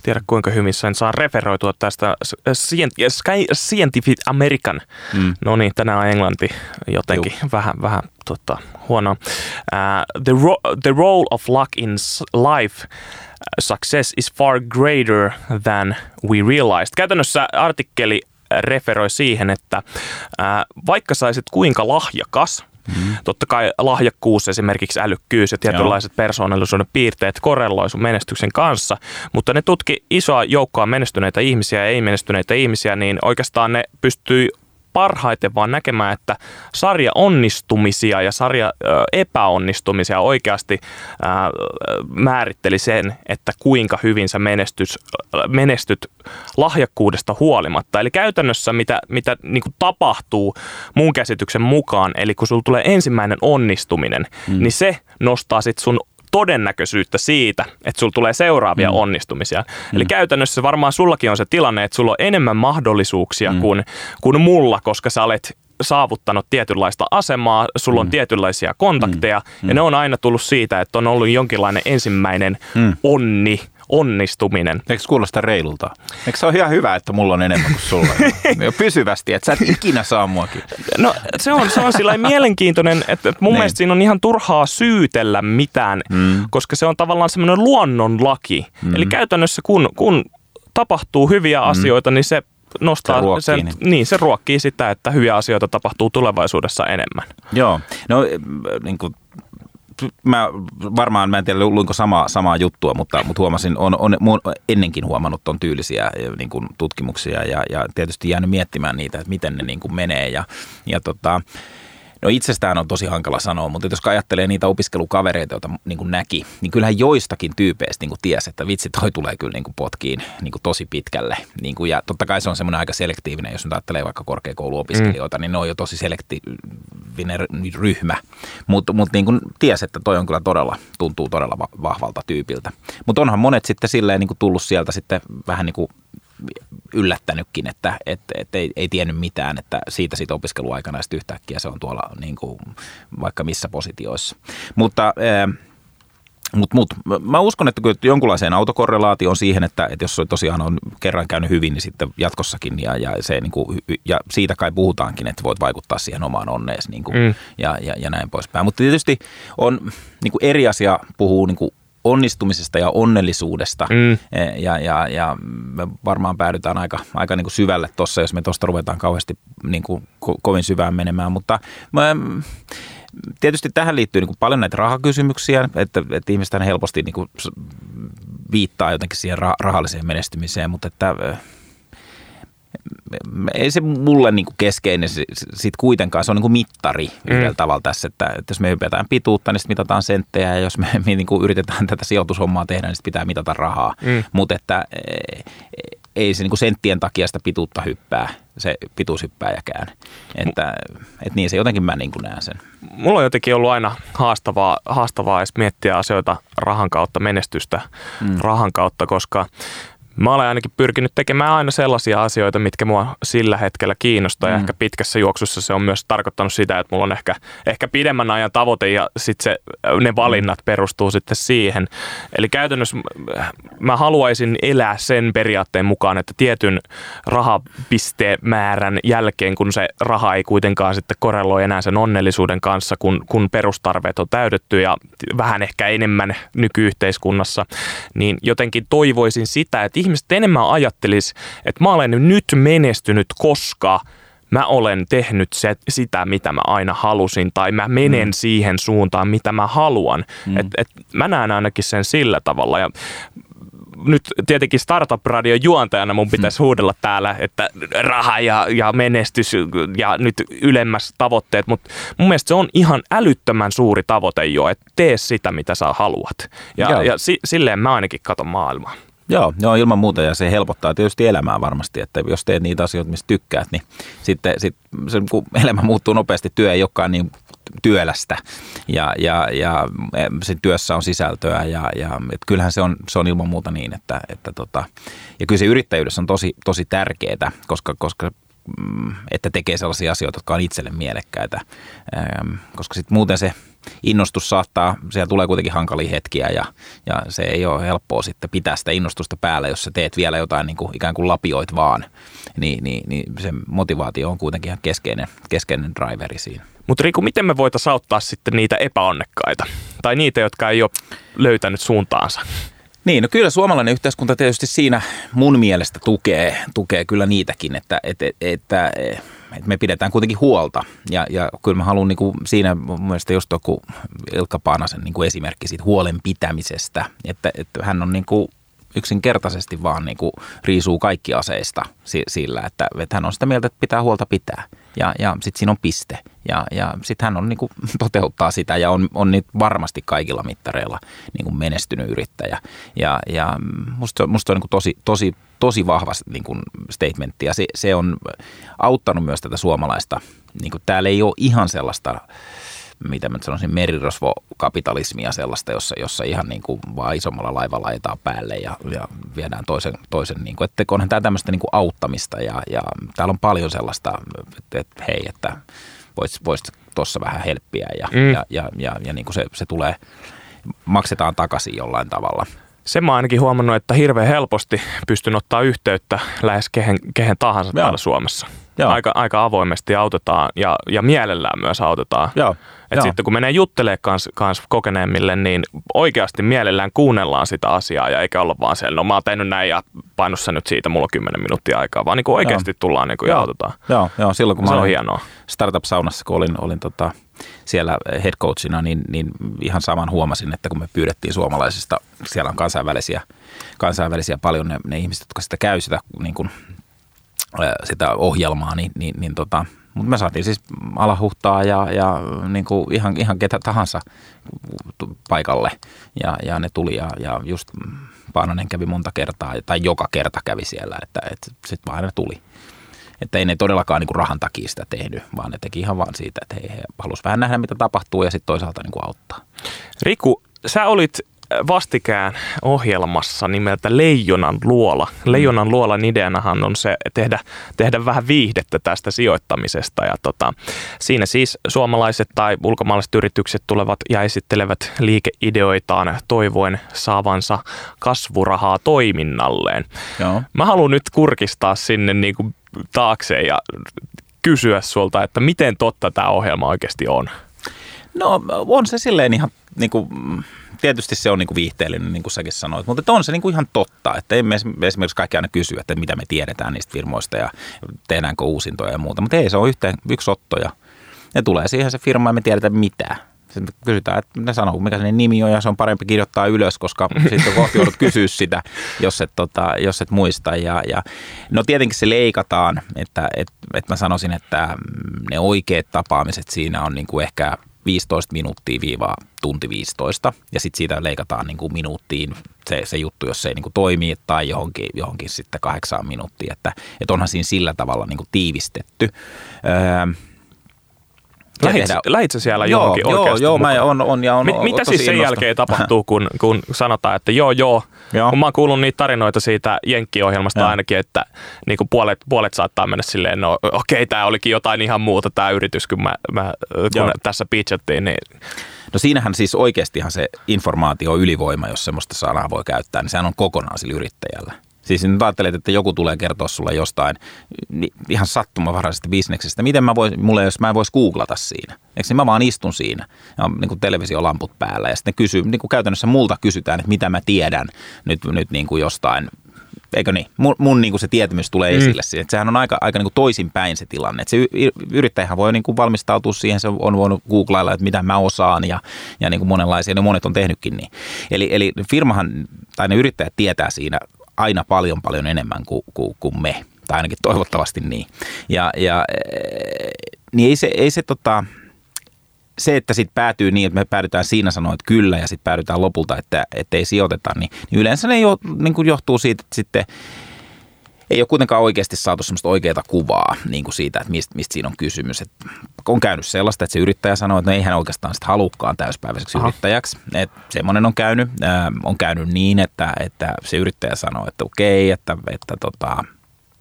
tiedä kuinka hyvin sen saa referoitua tästä Scientific American. No niin, tänään on englanti jotenkin vähän huonoa. The role of luck in life success is far greater than we realized. Käytännössä artikkeli referoi siihen, että vaikka saisit kuinka lahjakas, totta kai lahjakkuus, esimerkiksi älykkyys ja tietynlaiset persoonallisuuden piirteet korreloi sun menestyksen kanssa, mutta ne tutki isoa joukkoa menestyneitä ihmisiä ja ei-menestyneitä ihmisiä, niin oikeastaan ne pystyy parhaiten vaan näkemään, että sarja onnistumisia ja sarja epäonnistumisia oikeasti määritteli sen, että kuinka hyvin sä menestyt lahjakkuudesta huolimatta. Eli käytännössä mitä niin kuin tapahtuu mun käsityksen mukaan, eli kun sulla tulee ensimmäinen onnistuminen, niin se nostaa sit sun todennäköisyyttä siitä, että sulla tulee seuraavia onnistumisia. Eli käytännössä varmaan sullakin on se tilanne, että sulla on enemmän mahdollisuuksia kuin mulla, koska sä olet saavuttanut tietynlaista asemaa, sulla on tietynlaisia kontakteja, ja ne on aina tullut siitä, että on ollut jonkinlainen ensimmäinen onnistuminen. Eikö kuulosta reilulta? Eikö se ole ihan hyvä, että mulla on enemmän kuin sulla? Pysyvästi, että sä et ikinä saa muakin. No se on sillä mielenkiintoinen, että mun mielestä siinä on ihan turhaa syytellä mitään, koska se on tavallaan semmoinen luonnonlaki. Eli käytännössä kun tapahtuu hyviä asioita, niin se nostaa se ruokkii sitä, että hyviä asioita tapahtuu tulevaisuudessa enemmän. Joo, no niin kuin mä en tiedä luinko samaa juttua, mutta huomasin, on ennenkin huomannut ton tyylisiä niin kuin tutkimuksia ja tietysti jäänyt miettimään niitä, että miten ne niin kuin menee no itsestään on tosi hankala sanoa, mutta jos ajattelee niitä opiskelukavereita, joita niin kuin näki, niin kyllähän joistakin tyypeistä niin kuin tiesi, että vitsi, toi tulee kyllä niin kuin potkiin niin kuin tosi pitkälle. Niin kuin, ja totta kai se on semmoinen aika selektiivinen, jos nyt ajattelee vaikka korkeakouluopiskelijoita, niin ne on jo tosi selektiivinen ryhmä. Mutta niin kuin tiesi, että toi on kyllä tuntuu todella vahvalta tyypiltä. Mutta onhan monet sitten silleen niin kuin tullut sieltä sitten vähän niin kuin yllättänytkin, että ei tiennyt mitään, että siitä opiskeluaikana sitten yhtäkkiä se on tuolla niin kuin vaikka missä positioissa. Mutta mä uskon, että kyllä jonkunlaiseen autokorrelaatioon siihen, että jos tosiaan on kerran käynyt hyvin, niin sitten jatkossakin ja siitä kai puhutaankin, että voit vaikuttaa siihen omaan onneesi niin kuin, ja näin poispäin. Mutta tietysti on niin kuin eri asia puhuu niin kuin onnistumisesta ja onnellisuudesta ja me varmaan päädytään aika niin kuin syvälle tuossa, jos me tuosta ruvetaan kauheasti niin kuin kovin syvään menemään, mutta tietysti tähän liittyy niin kuin paljon näitä rahakysymyksiä, että ihmiset helposti niin kuin viittaa jotenkin siihen rahalliseen menestymiseen, mutta että ei se mulle niin kuin keskeinen sit kuitenkaan, se on niin kuin mittari yhdellä tavalla tässä, että jos me hypätään pituutta, niin sitten mitataan senttejä ja jos me niin kuin yritetään tätä sijoitushommaa tehdä, niin sitten pitää mitata rahaa, mutta että ei se niin kuin senttien takia sitä pituutta hyppää, se pituushyppääjäkään, että niin se jotenkin mä niin kuin näen sen. Mulla on jotenkin ollut aina haastavaa edes miettiä asioita rahan kautta, menestystä rahan kautta, koska mä olen ainakin pyrkinyt tekemään aina sellaisia asioita, mitkä mua sillä hetkellä kiinnostaa ja ehkä pitkässä juoksussa se on myös tarkoittanut sitä, että mulla on ehkä pidemmän ajan tavoite ja sitten ne valinnat perustuu sitten siihen. Eli käytännössä mä haluaisin elää sen periaatteen mukaan, että tietyn rahapistemäärän jälkeen, kun se raha ei kuitenkaan sitten korreloi enää sen onnellisuuden kanssa, kun perustarveet on täytetty ja vähän ehkä enemmän nykyyhteiskunnassa, niin jotenkin toivoisin sitä, että ihmiset enemmän ajattelisi, että mä olen nyt menestynyt, koska mä olen tehnyt sitä, mitä mä aina halusin, tai mä menen siihen suuntaan, mitä mä haluan. Et mä näen ainakin sen sillä tavalla. Ja nyt tietenkin Startup-radion juontajana mun pitäisi huudella täällä, että raha ja menestys ja nyt ylemmäs tavoitteet, mutta mun mielestä se on ihan älyttömän suuri tavoite jo, että tee sitä, mitä sä haluat. Ja silleen mä ainakin katon maailmaa. Joo, ilman muuta ja se helpottaa tietysti elämää varmasti, että jos teet niitä asioita, mistä tykkäät, niin sitten se, kun elämä muuttuu nopeasti, työ ei olekaan niin työlästä ja sen työssä on sisältöä ja että kyllähän se on ilman muuta niin, että ja kyllä se yrittäjyydessä on tosi tärkeää, koska että tekee sellaisia asioita, jotka on itselle mielekkäitä, koska sitten muuten se innostus siellä tulee kuitenkin hankalia hetkiä ja se ei ole helppoa sitten pitää sitä innostusta päällä, jos sä teet vielä jotain niin kuin ikään kuin lapioit vaan, niin se motivaatio on kuitenkin ihan keskeinen driveri siinä. Mutta Riku, miten me voitaisiin auttaa sitten niitä epäonnekkaita tai niitä, jotka ei ole löytänyt suuntaansa? Niin, no kyllä suomalainen yhteiskunta tietysti siinä mun mielestä tukee kyllä niitäkin, että me pidetään kuitenkin huolta. Ja kyllä mä haluan niinku siinä mun mielestä just kun Ilkka Paanasen niinku esimerkki siitä huolen pitämisestä, että hän on niinku yksinkertaisesti vaan niinku riisuu kaikki aseista sillä, että hän on sitä mieltä, että pitää huolta pitää. Ja sitten siinä on piste. Ja sitten hän on niinku toteuttaa sitä ja on nyt varmasti kaikilla mittareilla niinku menestynyt yrittäjä. Ja musta on niinku tosi vahva niinku statementti ja se on auttanut myös tätä suomalaista. Niinku täällä ei ole ihan sellaista, mitä mä sanoisin, merirosvokapitalismia sellaista, jossa ihan niin kuin vaan isommalla laivalla ajetaan päälle ja viedään toisen niin kuin, että onhan tämä tämmöistä niin kuin auttamista ja täällä on paljon sellaista, että hei, että voisit tuossa vähän helppiä ja niin kuin se tulee, maksetaan takaisin jollain tavalla. Sen mä ainakin huomannut, että hirveän helposti pystyn ottaa yhteyttä lähes kehen tahansa täällä Suomessa. Aika avoimesti autetaan ja mielellään myös autetaan. Että sitten kun menee juttelemaan kans kokeneemmille, niin oikeasti mielellään kuunnellaan sitä asiaa ja eikä olla vaan siellä, no mä oon tehnyt näin ja painossa nyt siitä, mulla on 10 minuuttia aikaa, vaan niin kuin oikeasti tullaan niin kuin ja autetaan. Joo, silloin kun se mä on hienoa. Startup-saunassa, kun olin siellä head coachina, niin ihan saman huomasin, että kun me pyydettiin suomalaisista, siellä on kansainvälisiä paljon ne ihmiset, jotka sitä käy sitä, niin kuin, sitä ohjelmaa, mutta me saatiin siis Alahuhtaa ja niin kuin ihan ketä tahansa paikalle ja ne tuli ja just Paananen kävi monta kertaa tai joka kerta kävi siellä, että sitten vaan ne tuli. Että ei ne todellakaan niin kuin rahan takia sitä tehnyt, vaan ne teki ihan vaan siitä, että he halusivat vähän nähdä, mitä tapahtuu ja sitten toisaalta niin kuin auttaa. Riku, sä olit vastikään ohjelmassa nimeltä Leijonan luola. Leijonan luolan ideanahan on se tehdä vähän viihdettä tästä sijoittamisesta. Ja siinä siis suomalaiset tai ulkomaalaiset yritykset tulevat ja esittelevät liikeideoitaan toivoen saavansa kasvurahaa toiminnalleen. Joo. Mä haluan nyt kurkistaa sinne niin kuin taakse ja kysyä sulta, että miten totta tämä ohjelma oikeasti on? No on se silleen ihan niin kuin, tietysti se on niin kuin viihteellinen, niin kuin säkin sanoit, mutta on se niin kuin ihan totta, että emme esimerkiksi kaikki aina kysy, että mitä me tiedetään niistä firmoista ja tehdäänkö uusintoja ja muuta, mutta ei, se on yksi otto ja ne tulee siihen se firma ja me tiedetään mitä. Sitten kysytään, että ne sanoo, mikä se nimi on ja se on parempi kirjoittaa ylös, koska sitten kohti joudut kysyä sitä, jos et muista. Ja no tietenkin se leikataan, että mä sanoisin, että ne oikeat tapaamiset siinä on niin kuin ehkä 15 minuuttia viivaa tunti 15 ja sitten siitä leikataan niin kuin minuuttiin se juttu, jos se ei niin kuin toimi tai johonkin sitten 8 minuuttia, että onhan siinä sillä tavalla niin kuin tiivistetty. Lähitkö siellä johonkin oikeasti? Joo, mä on. Mitä siis sen jälkeen tapahtuu, kun sanotaan, että joo. Kun mä oon kuullut niitä tarinoita siitä Jenkki-ohjelmasta ainakin, että niin kuin puolet saattaa mennä silleen, no okei, tää olikin jotain ihan muuta tää yritys, kun kun tässä pitchattiin. Niin. No siinähän siis oikeastihan se informaatio ylivoima, jos semmoista sanaa voi käyttää, niin sehän on kokonaan sillä yrittäjällä. Siis nyt ajattelet, että joku tulee kertoa sulle jostain ihan sattumavaraisesta bisneksestä. Miten jos mä en voisi googlata siinä? Eikö niin mä vaan istun siinä ja on niin kuin televisiolamput päällä ja sitten niin kuin käytännössä multa kysytään, että mitä mä tiedän nyt niin kuin jostain. Eikö niin? Mun niin kuin se tietämys tulee esille siihen. Että sehän on aika niin kuin toisinpäin se tilanne. Että se yrittäjähän voi niin kuin valmistautua siihen, se on voinut googlailla, että mitä mä osaan ja niin kuin monenlaisia, ne monet on tehnytkin niin. Eli firmahan tai ne yrittäjät tietää siinä aina paljon enemmän kuin me, tai ainakin toivottavasti niin. Niin se, että sitten päätyy niin, että me päädytään siinä sanoa, että kyllä, ja sitten päädytään lopulta, että ei sijoiteta, niin yleensä ne niin kuin johtuu siitä, että sitten ei ole kuitenkaan oikeasti saatu semmoista oikeaa kuvaa niin kuin siitä, että mistä siinä on kysymys. Et on käynyt sellaista, että se yrittäjä sanoo, että no ei hän oikeastaan sitä halukkaan täyspäiväiseksi yrittäjäksi. Että semmoinen on käynyt niin, että se yrittäjä sanoo, että okei, että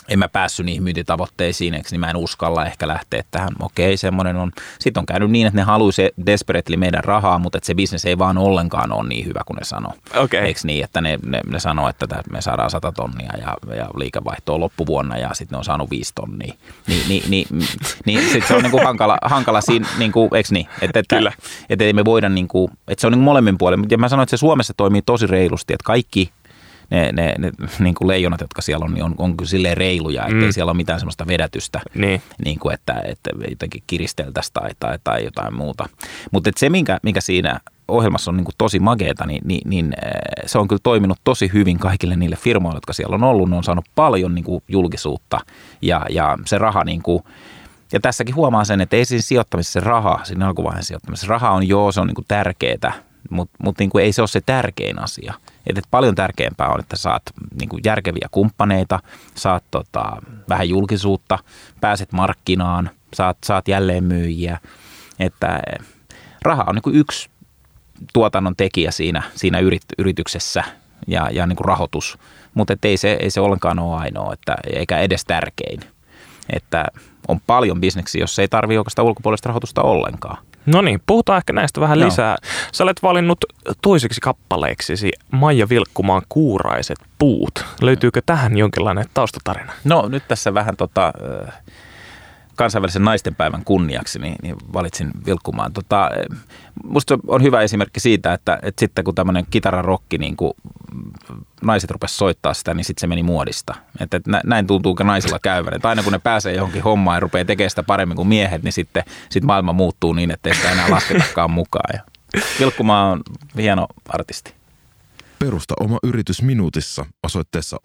en mä päässyt niihin myyntitavoitteisiin, niin mä en uskalla ehkä lähteä tähän. Okei, semmoinen on. Sitten on käynyt niin, että ne haluaisi desperately meidän rahaa, mutta että se bisnes ei vaan ollenkaan ole niin hyvä kuin ne sanoo. Okay. Eikö niin, että ne sanoo, että me saadaan 100 tonnia ja liikevaihtoa loppuvuonna ja sitten ne on saanut 5 tonnia. Niin sitten se on niinku hankala siinä, niinku, eikö niin? Että ei me voida, niinku, että se on niinku molemmin puolin. Ja mä sanoin, että se Suomessa toimii tosi reilusti, että kaikki ne niin kuin leijonat, jotka siellä on, niin on kyllä silleen reiluja, ettei siellä ole mitään semmoista vedätystä, niin kuin että jotenkin kiristeltäisiin tai jotain muuta. Mutta se, minkä siinä ohjelmassa on niin kuin tosi mageeta, niin se on kyllä toiminut tosi hyvin kaikille niille firmoille, jotka siellä on ollut. Ne on saanut paljon niin kuin julkisuutta ja se raha niin kuin, ja tässäkin huomaa sen, että ei siinä sijoittamisessa se raha, siinä alkuvaiheen sijoittamisessa, raha on se on niin kuin tärkeää, mutta niin kuin ei se ole se tärkein asia. Että paljon tärkeämpää on, että saat niin kuin järkeviä kumppaneita, saat vähän julkisuutta, pääset markkinaan, saat jälleenmyyjiä. Että raha on niin kuin yksi tuotannon tekijä siinä yrityksessä ja niin kuin rahoitus, mutta ei se ollenkaan ole ainoa, eikä edes tärkein. Että on paljon bisneksiä, jos ei tarvitse oikeastaan ulkopuolista rahoitusta ollenkaan. No niin, puhutaan ehkä näistä vähän lisää. Sä olet valinnut toiseksi kappaleeksisi Maija Vilkkumaan Kuuraiset puut. Löytyykö tähän jonkinlainen taustatarina? No nyt tässä vähän kansainvälisen naistenpäivän kunniaksi niin valitsin Vilkkumaan. Musta on hyvä esimerkki siitä, että sitten kun tämmöinen kitararokki, niin kun naiset rupesivat soittaa sitä, niin sitten se meni muodista. Että näin tuntuu naisilla käyvän. Että aina kun ne pääsee johonkin hommaan ja rupeaa tekemään sitä paremmin kuin miehet, niin sitten maailma muuttuu niin, että ei sitä enää lasketakaan mukaan. Ja Vilkkumaa on hieno artisti. Perusta oma yritys minuutissa osoitteessa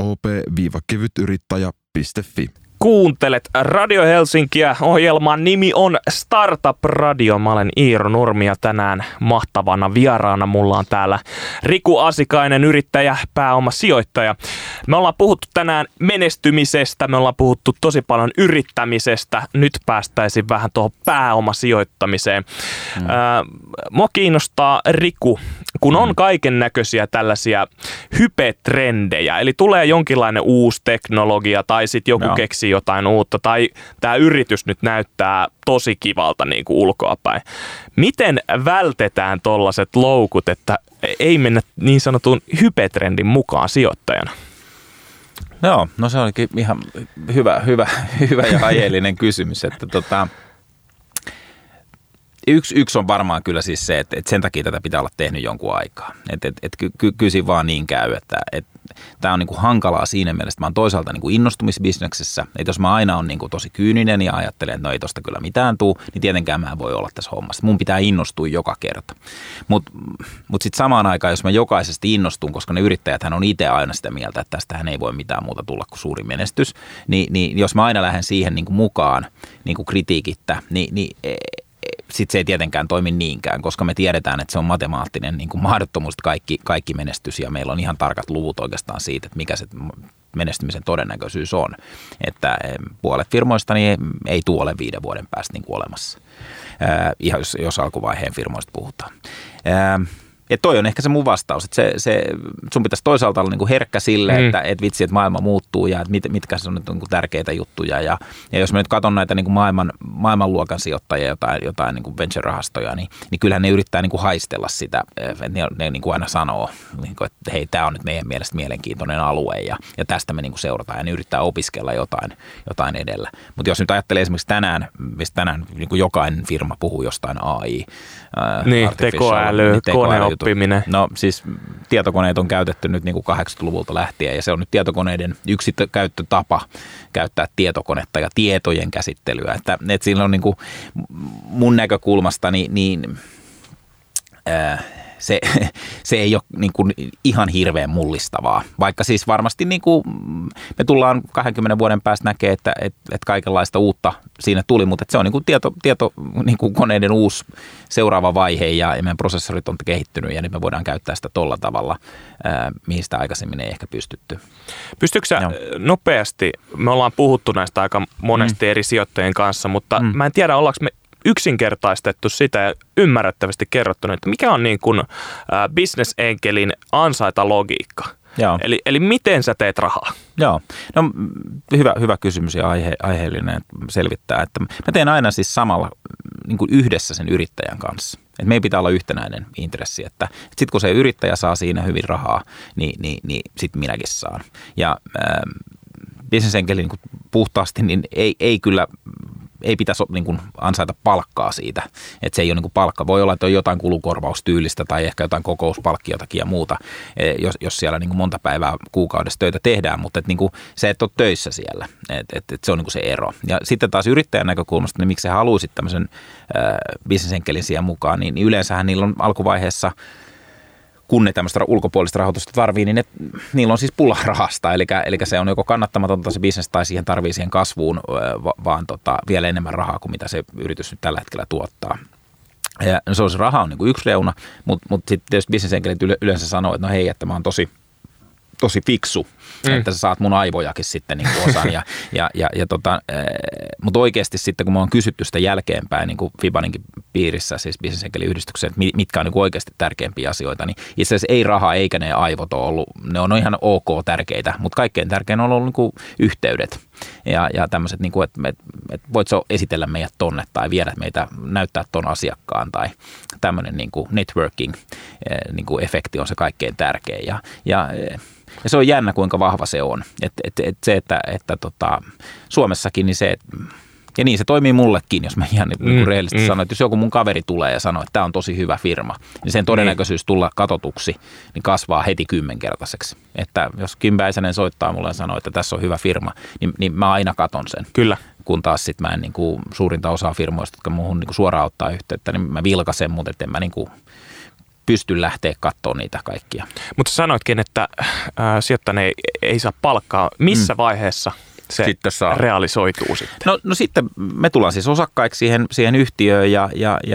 op-kevytyrittäjä.fi. Kuuntelet Radio Helsinkiä. Ohjelman nimi on Startup Radio. Mä olen Iiro Nurmi ja tänään mahtavana vieraana mulla on täällä Riku Asikainen, yrittäjä, pääomasijoittaja. Me ollaan puhuttu tänään menestymisestä, me ollaan puhuttu tosi paljon yrittämisestä. Nyt päästäisiin vähän tuohon pääomasijoittamiseen. Mua kiinnostaa, Riku, kun on kaiken näköisiä tällaisia hypetrendejä, eli tulee jonkinlainen uusi teknologia tai sitten joku keksii jotain uutta tai tämä yritys nyt näyttää tosi kivalta niin kuin ulkoapäin. Miten vältetään tollaiset loukut, että ei mennä niin sanotun hypetrendin mukaan sijoittajana? Joo, no se olikin ihan hyvä ja aiheellinen kysymys, että Yksi on varmaan kyllä siis se, että sen takia tätä pitää olla tehnyt jonkun aikaa. Kyllä siinä vaan niin käy, että tämä on niin kuin hankalaa siinä mielessä, että mä oon toisaalta niin kuin innostumisbisneksessä, että jos mä aina on niin kuin tosi kyyninen ja ajattelen, että no ei tosta kyllä mitään tuu, niin tietenkään mä en voi olla tässä hommassa. Mun pitää innostua joka kerta. Mutta sitten samaan aikaan, jos mä jokaisesti innostun, koska ne yrittäjäthän on itse aina sitä mieltä, että tästähän ei voi mitään muuta tulla kuin suuri menestys, niin jos mä aina lähden siihen niin kuin mukaan niin kuin kritiikittä, niin sitten se ei tietenkään toimi niinkään, koska me tiedetään, että se on matemaattinen niin kuin mahdottomuus, kaikki menestys, ja meillä on ihan tarkat luvut oikeastaan siitä, että mikä se menestymisen todennäköisyys on. Että puolet firmoista niin ei tule ole 5 vuoden päästä niin kuin olemassa, ihan jos alkuvaiheen firmoista puhutaan. Ja toi on ehkä se mun vastaus, että sun pitäisi toisaalta olla niin kuin herkkä sille, että vitsi, että maailma muuttuu ja että mitkä on nyt niin kuin tärkeitä juttuja. Ja jos mä nyt katson näitä niin kuin maailmanluokan sijoittajia, jotain niin kuin venture-rahastoja, niin kyllähän ne yrittää niin kuin haistella sitä. Ne niin kuin aina sanoo, niin kuin, että hei, tämä on nyt meidän mielestä mielenkiintoinen alue ja tästä me niin kuin seurataan ja ne yrittää opiskella jotain edellä. Mutta jos nyt ajattelee esimerkiksi tänään niin kuin jokainen firma puhuu jostain AI, tekoäly, koneoppiminen. No siis tietokoneet on käytetty nyt niin kuin 80-luvulta lähtien ja se on nyt tietokoneiden yksi käyttötapa käyttää tietokonetta ja tietojen käsittelyä. Että siinä on niin kuin mun näkökulmasta se ei ole niin kuin ihan hirveän mullistavaa, vaikka siis varmasti niin kuin me tullaan 20 vuoden päästä näkemään, että kaikenlaista uutta siinä tuli, mutta se on niin kuin niin kuin koneiden uusi seuraava vaihe ja meidän prosessorit on kehittynyt ja nyt me voidaan käyttää sitä tolla tavalla, mihin sitä aikaisemmin ei ehkä pystytty. Pystytkö sä nopeasti, me ollaan puhuttu näistä aika monesti eri sijoittajien kanssa, mutta mä en tiedä, ollaanko me yksinkertaistettu sitä ja ymmärrettävästi kerrottu, että mikä on niin kuin bisnesenkelin ansaita logiikka. Eli miten sä teet rahaa? Joo, no hyvä kysymys ja aiheellinen selvittää, että mä teen aina siis samalla niin kuin yhdessä sen yrittäjän kanssa. Että meidän pitää olla yhtenäinen intressi, että sitten kun se yrittäjä saa siinä hyvin rahaa, niin sitten minäkin saan. Ja bisnesenkeli niin kuin puhtaasti, niin ei pitäisi niin kuin ansaita palkkaa siitä, että se ei ole niin kuin palkka. Voi olla, että on jotain kulukorvaustyylistä tai ehkä jotain kokouspalkkiotakin ja muuta, jos siellä niin kuin monta päivää kuukaudessa töitä tehdään, mutta että niin kuin se, että ole töissä siellä, että se on niin kuin se ero. Ja sitten taas yrittäjän näkökulmasta, niin miksi se haluaisit tämmöisen bisnesenkelin siihen mukaan, niin yleensähän niillä on alkuvaiheessa, kun ne tämmöistä ulkopuolista rahoitusta tarvii, niin niillä on siis pula rahasta. Eli se on joko kannattamatonta se bisnes tai siihen tarvii siihen kasvuun vaan vielä enemmän rahaa kuin mitä se yritys nyt tällä hetkellä tuottaa. Ja se raha on niin kuin yksi reuna, mutta sitten tietysti bisnesenkelit yleensä sanoo, että no hei, että mä oon tosi fiksu, että sä saat mun aivojakin sitten niin kuin osan. Mutta oikeasti sitten, kun mä oon kysytty sitä jälkeenpäin niin kuin Fibaninkin piirissä, siis bisnesenkeliyhdistyksen, että mitkä on niin kuin oikeasti tärkeimpiä asioita, niin itse asiassa ei raha eikä ne aivot ole ollut, ne on ihan ok tärkeitä, mutta kaikkein tärkein on ollut niin kuin yhteydet ja tämmöiset, niin kuin, että voit sä esitellä meidät tonne tai viedä meitä näyttää ton asiakkaan tai tämmöinen niin kuin networking niin kuin efekti on se kaikkein tärkein ja se on jännä, kuinka vahva se on. Että Suomessakin niin se, ja niin se toimii mullekin, jos mä ihan niin rehellisesti sanon, että jos joku mun kaveri tulee ja sanoo, että tämä on tosi hyvä firma, niin sen todennäköisyys tulla katotuksi niin kasvaa heti 10-kertaiseksi. Että jos Kim Väisänen soittaa mulle ja sanoo, että tässä on hyvä firma, niin mä aina katon sen. Kyllä. Kun taas sit mä en niin kuin, suurinta osaa firmoista, jotka muuhun niin kuin suoraan ottaa yhteyttä, niin mä vilkasen, mutta en mä niin kuin pysty lähteä katsoa niitä kaikkia. Mutta sanoitkin, että sijoittajana ei saa palkkaa. Missä vaiheessa se realisoituu sitten? No sitten me tullaan siis osakkaiksi siihen yhtiöön ja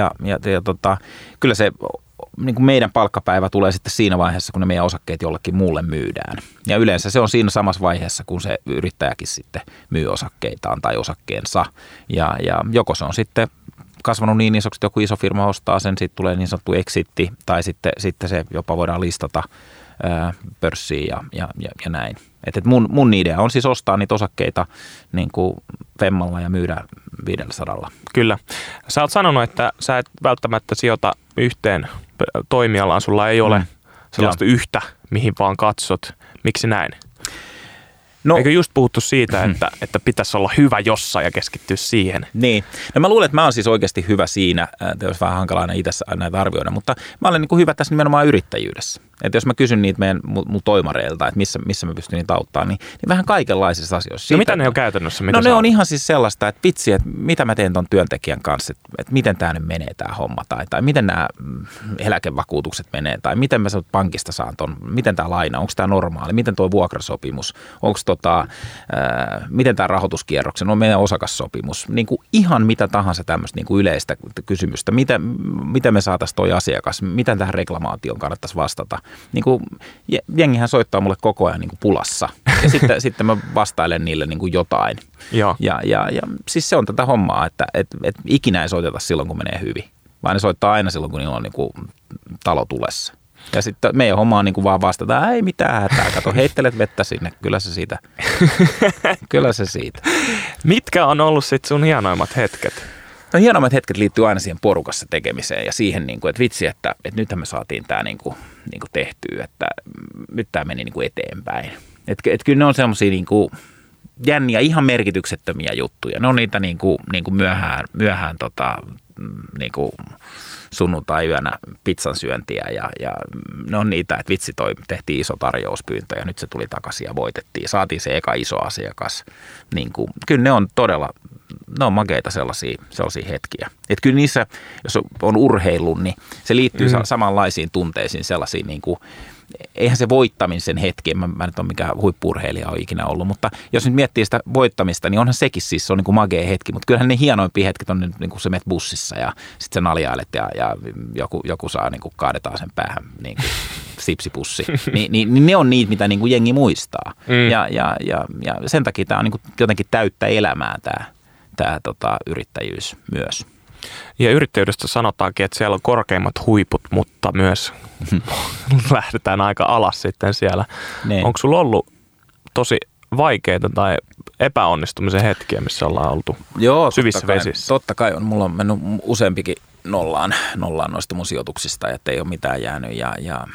kyllä se niin kuin meidän palkkapäivä tulee sitten siinä vaiheessa, kun ne meidän osakkeet jollekin muulle myydään. Ja yleensä se on siinä samassa vaiheessa, kun se yrittäjäkin sitten myy osakkeitaan tai osakkeensa. Ja joko se on sitten kasvanut niin isoksi, että joku iso firma ostaa sen, sitten tulee niin sanottu exitti, tai sitten se jopa voidaan listata pörssiin ja näin. Mun idea on siis ostaa niitä osakkeita niin kuin Femmalla ja myydä 500. Kyllä. Sä oot sanonut, että sä et välttämättä sijoita yhteen toimialaan, sulla ei ole sellaista yhtä, mihin vaan katsot. Miksi näin? No, eikö just puhuttu siitä, että pitäisi olla hyvä jossain ja keskittyä siihen? Niin. No mä luulen, että mä oon siis oikeasti hyvä siinä, olisi vähän hankalaa itse näitä arvioida, mutta mä olen niin kuin hyvä tässä nimenomaan yrittäjyydessä. Että jos mä kysyn niitä mun toimareilta, että missä mä pystyn niitä auttaa, niin vähän kaikenlaisissa asioissa. Siitä, no mitä ne on käytännössä? No ne on ihan siis sellaista, että vitsi, että mitä mä teen ton työntekijän kanssa, että miten tää nyt menee tää homma, tai miten nämä eläkevakuutukset menee, tai miten mä pankista saan ton, miten tää laina, onko tää normaali, miten tuo vuokrasopimus, onko miten tämä rahoituskierroksen on meidän osakassopimus, niin kuin ihan mitä tahansa tämmöistä niin kuin yleistä kysymystä, miten me saataisiin toi asiakas, miten tähän reklamaatioon kannattaisi vastata. Niin kuin, jengihän soittaa mulle koko ajan niin kuin pulassa ja sitten mä vastailen niille niin kuin jotain. Ja siis se on tätä hommaa, että ikinä ei soiteta silloin, kun menee hyvin, vaan ne soittaa aina silloin, kun niillä on niin kuin talo tulessa. Ja sitten meidän homma on niin kuin vaan vastata, ei mitään hätää, kato, heittelet vettä sinne, kyllä se siitä. Mitkä on ollut sitten sun hienoimmat hetket? No hienoimmat hetket liittyy aina siihen porukassa tekemiseen ja siihen, niin kuin, että vitsi, että nythän me saatiin tämä niin kuin tehtyä, että nyt tämä meni niin kuin eteenpäin. Että kyllä ne on semmoisia niin kuin jänniä, ihan merkityksettömiä juttuja. Ne on niitä niin kuin myöhään niin kuin sunnuntai-yönä pizzan syöntiä ja ne on niitä, että vitsi tehtiin iso tarjouspyyntö ja nyt se tuli takaisin ja voitettiin. Saatiin se eka iso asiakas. Niin kuin, kyllä ne on todella, ne on makeita sellaisia hetkiä. Että kyllä niissä, jos on urheilu, niin se liittyy samanlaisiin tunteisiin sellaisiin niin kuin, eihän se voittamisen hetki, mä nyt ole mikään huippu-urheilija ole ikinä ollut, mutta jos nyt miettii sitä voittamista, niin onhan sekin siis, se on niin kuin magea hetki, mutta kyllähän ne hienoimpia hetket on niin kuin se menet bussissa ja sitten sä naljailet ja joku saa niin kuin kaadetaan sen päähän niin kuin sipsipussi. Niin ne on niitä, mitä niin kuin jengi muistaa. Ja sen takia tämä on niin kuin jotenkin täyttä elämää tämä yrittäjyys myös. Ja yrittäjyydestä sanotaankin, että siellä on korkeimmat huiput, mutta myös lähdetään aika alas sitten siellä. Ne. Onko sulla ollut tosi vaikeita tai epäonnistumisen hetkiä, missä ollaan oltu syvissä vesissä? Totta kai on. Mulla on mennyt useampikin nollaan noista mun sijoituksista, että ei ole mitään jäänyt ja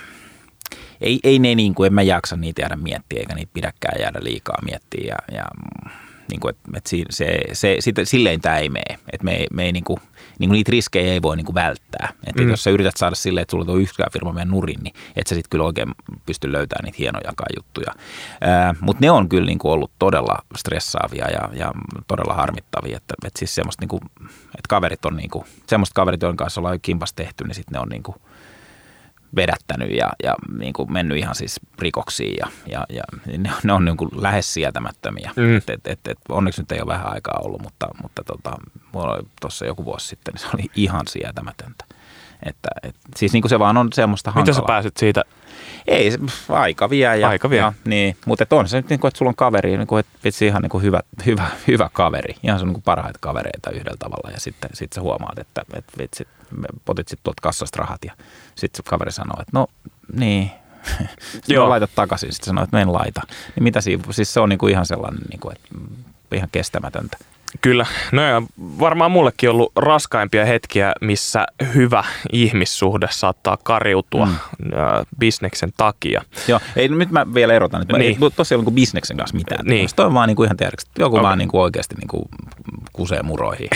ei ne niin kuin, en mä jaksa niitä jäädä miettiä, eikä niitä pidäkään jäädä liikaa miettiä ja niin kuin, että silleen tämä ei mene, että me ei niin kuin niitä riskejä ei voi niin kuin välttää. Että jos sä yrität saada silleen, että sulla on yksikään firma meidän nurin, niin et sä sitten kyllä oikein pysty löytämään niitä hienojakaan juttuja. Mutta ne on kyllä niin kuin ollut todella stressaavia ja todella harmittavia, että siis semmoista niin kuin, että kaverit on niin kuin, semmoista kaverit, joiden kanssa ollaan kimpas tehty, niin sitten ne on niin kuin vedättänyt ja niin kuin mennyt ihan siis rikoksiin ja ne on niin kuin lähes sietämättömiä. Onneksi nyt ei ole vähän aikaa ollut, mutta mulla oli tuossa joku vuosi sitten, niin se oli ihan sietämätöntä. Siis niin kuin se vaan on semmoista hankalaa. Miten sä pääsit siitä? Ei, aika vie. Aika vie. Niin, mutta on se nyt niin kuin, että sulla on kaveri, niin kuin, että vitsi ihan niin kuin hyvä kaveri. Ihan se on niin kuin parhaita kavereita yhdellä tavalla ja sitten sä huomaat, että vitsi, otit sitten tuolta kassasta rahat ja sitten se kaveri sanoo, että no niin, sitten laitat takaisin. Sitten sanoo, että mä en laita. Niin mitä siinä, siis se on niin kuin ihan sellainen, niin kuin, että ihan kestämätöntä. Kyllä. No ja varmaan mullekin ollut raskaimpia hetkiä, missä hyvä ihmissuhde saattaa kariutua bisneksen takia. Joo, ei, nyt mä vielä erotan, että ei tosiaan niin bisneksen kanssa mitään. Niin. Toi on vaan niin kuin ihan tiedäksi, joku vaan niin kuin oikeasti niin kuin kusee muroihin.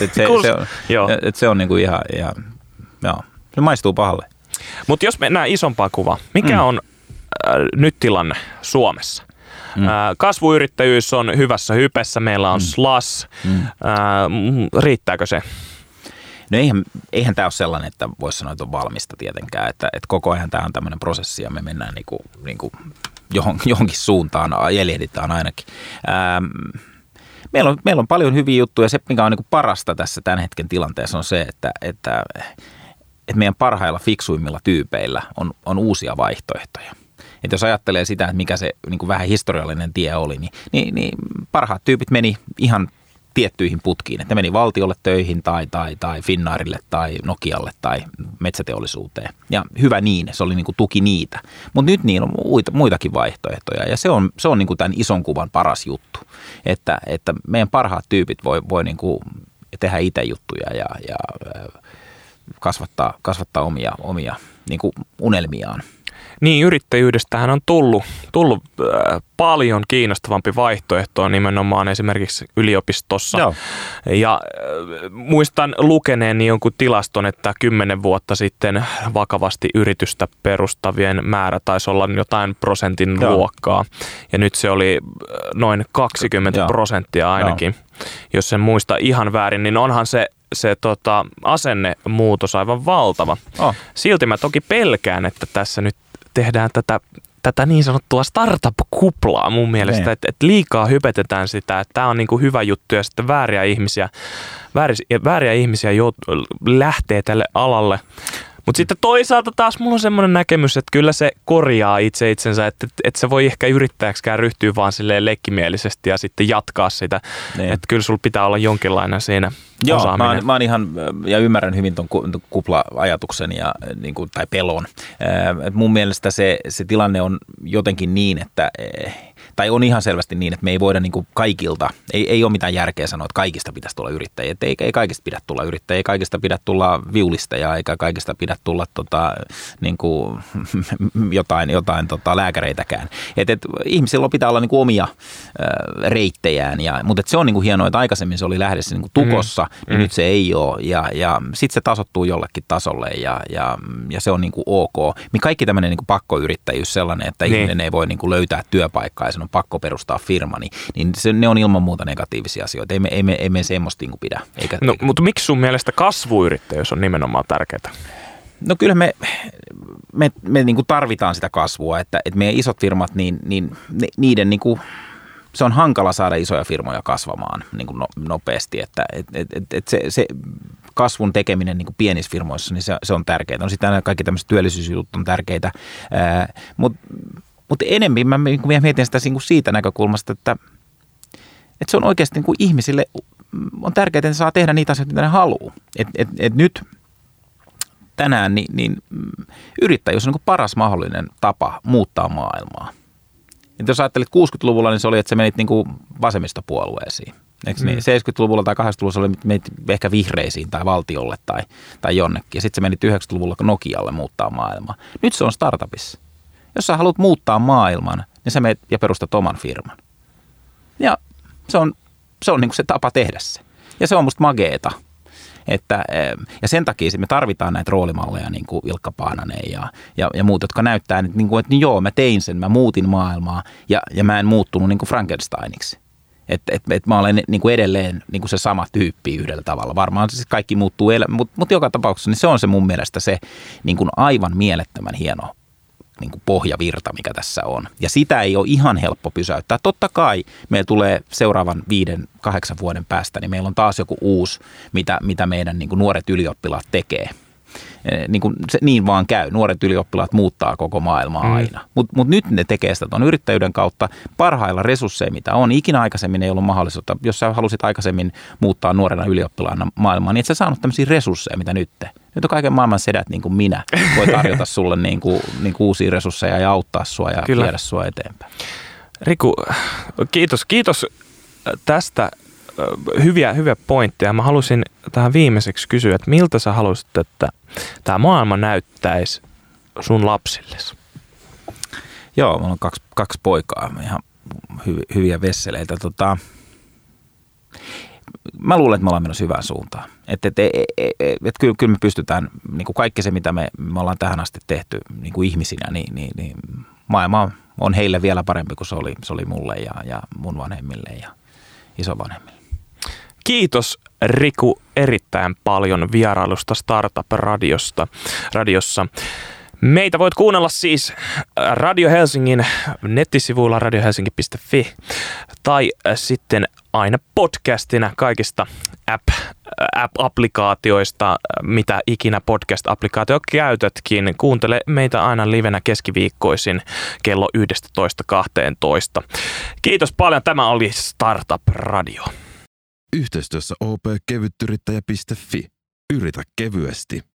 Se on niin kuin ihan joo, se maistuu pahalle. Mutta jos mennään isompaan kuvaan, mikä on nyt tilanne Suomessa? Kasvuyrittäjyys on hyvässä hypessä, meillä on SLAS. Riittääkö se? No eihän tämä ole sellainen, että voisi sanoa, että on valmista tietenkään, että koko ajan tämä on tämmöinen prosessi ja me mennään niinku johonkin suuntaan, jäljehditään ainakin. Meillä on paljon hyviä juttuja. Se, mikä on niinku parasta tässä tämän hetken tilanteessa, on se, että meidän parhailla fiksuimmilla tyypeillä on uusia vaihtoehtoja. Että jos ajattelee sitä, että mikä se niin kuin vähän historiallinen tie oli, niin parhaat tyypit meni ihan tiettyihin putkiin. Että ne meni valtiolle töihin tai Finnairille tai Nokialle tai metsäteollisuuteen. Ja hyvä niin, se oli niin kuin tuki niitä. Mutta nyt niillä on muitakin vaihtoehtoja ja se on niin kuin tämän ison kuvan paras juttu. Että meidän parhaat tyypit voi niin kuin tehdä itse juttuja ja kasvattaa omia niin kuin unelmiaan. Niin, yrittäjyydestähän on tullut paljon kiinnostavampi vaihtoehto nimenomaan esimerkiksi yliopistossa. Joo. Ja muistan lukeneeni jonkun tilaston, että 10 vuotta sitten vakavasti yritystä perustavien määrä taisi olla jotain prosentin luokkaa. Ja nyt se oli noin 20% ainakin. Jos en muista ihan väärin, niin onhan se asennemuutos aivan valtava. Silti mä toki pelkään, että tässä nyt tehdään tätä niin sanottua startup-kuplaa mun mielestä, että liikaa hypetetään sitä, että tämä on niinku hyvä juttu ja sitten vääriä ihmisiä lähtee tälle alalle. Mutta sitten toisaalta taas mulla on semmoinen näkemys, että kyllä se korjaa itsensä, että se voi ehkä yrittäjäksikään ryhtyä vaan silleen leikkimielisesti ja sitten jatkaa sitä. Niin. Että kyllä sulla pitää olla jonkinlainen siinä osaaminen. Joo, mä oon ihan, ja ymmärrän hyvin ton kupla-ajatuksen niin kuin, tai pelon. Mun mielestä se tilanne on jotenkin niin, että tai on ihan selvästi niin, että me ei voida niin kuin kaikilta, ei ole mitään järkeä sanoa, että kaikista pitäisi tulla yrittäjiä. Ei kaikista pidä tulla yrittäjiä, ei kaikista pidä tulla viulisteja, eikä kaikista pidä tulla niin kuin jotain lääkäreitäkään. Ihmisillä pitää olla niin kuin omia reittejään, mutta se on niin kuin hienoa, että aikaisemmin se oli lähdessä niin kuin tukossa, niin nyt se ei ole. Ja sitten se tasottuu jollekin tasolle ja se on niin kuin ok. Kaikki tämmöinen niin kuin pakkoyrittäjyys sellainen, että ihminen ei voi niin kuin löytää työpaikkaa ja sen on pakko perustaa firma, niin ne on ilman muuta negatiivisia asioita. Ei me semmoista niin kuin pidä. Mutta miksi sun mielestä kasvuyrittäjyys on nimenomaan tärkeää? No kyllä me niin kuin tarvitaan sitä kasvua, että meidän isot firmat, niiden niin kuin, se on hankala saada isoja firmoja kasvamaan niin kuin nopeasti, että se kasvun tekeminen niin kuin pienissä firmoissa, niin se on tärkeää. No sitten kaikki tämmöiset työllisyysjutut on tärkeitä, mutta enemmän mä mietin sitä siitä näkökulmasta, että se on oikeasti niin kuin ihmisille on tärkeää, että ne saa tehdä niitä asioita, mitä ne haluaa. Et nyt tänään niin yrittäjyys on niin kuin paras mahdollinen tapa muuttaa maailmaa. Että jos ajattelit 60-luvulla, niin se oli, että sä menit niin kuin vasemmistopuolueisiin. Eikö niin? 70-luvulla tai 80-luvulla se oli menit ehkä vihreisiin tai valtiolle tai jonnekin. Ja sitten se menit 90-luvulla Nokialle muuttaa maailmaa. Nyt se on startupissa. Jos sä haluat muuttaa maailman, niin sä menet ja perustat oman firman. Ja se on niin kuin se tapa tehdä se. Ja se on musta mageeta. Ja sen takia me tarvitaan näitä roolimalleja, niin kuin Ilkka Paananen ja muut, jotka näyttää, että joo, mä tein sen, mä muutin maailmaa ja mä en muuttunut niin kuin Frankensteiniksi. Että mä olen niin kuin edelleen niin kuin se sama tyyppi yhdellä tavalla. Varmaan siis kaikki muuttuu, mutta joka tapauksessa niin se on se mun mielestä se niin kuin aivan mielettömän hieno niin kuin pohjavirta, mikä tässä on. Ja sitä ei ole ihan helppo pysäyttää. Totta kai meillä tulee seuraavan 5-8 vuoden päästä, niin meillä on taas joku uusi, mitä meidän niin kuin nuoret ylioppilaat tekee. Niin vaan käy. Nuoret ylioppilaat muuttaa koko maailmaa aina. Mutta nyt ne tekee sitä tuon yrittäjyyden kautta parhailla resursseilla, mitä on. Ikinä aikaisemmin ei ollut mahdollisuutta. Jos sä halusit aikaisemmin muuttaa nuorena ylioppilaana maailmaa, niin et sä saanut tämmöisiä resursseja, mitä nyt. Nyt on kaiken maailman sedät niin kuin minä. Voi tarjota sulle niin kuin uusia resursseja ja auttaa sua ja viedä sua eteenpäin. Riku, kiitos tästä. Hyviä pointteja. Mä halusin tähän viimeiseksi kysyä, että miltä sä haluaisit, että tämä maailma näyttäisi sun lapsillesi? Joo, mulla on kaksi poikaa, ihan hyviä vesseleitä. Mä luulen, että me ollaan menossa hyvään suuntaan. Kyllä me pystytään, niin kuin kaikki se, mitä me ollaan tähän asti tehty niin kuin ihmisinä, niin maailma on heille vielä parempi kuin se oli mulle ja mun vanhemmille ja isovanhemmille. Kiitos Riku erittäin paljon vierailusta Startup-radiossa. Meitä voit kuunnella siis Radio Helsingin nettisivuilla radiohelsinki.fi tai sitten aina podcastina kaikista app-applikaatioista, mitä ikinä podcast-applikaatio käytätkin. Kuuntele meitä aina livenä keskiviikkoisin kello 11-12. Kiitos paljon. Tämä oli Startup Radio. Yhteistyössä opkevyttyrittäjä.fi. Yritä kevyesti.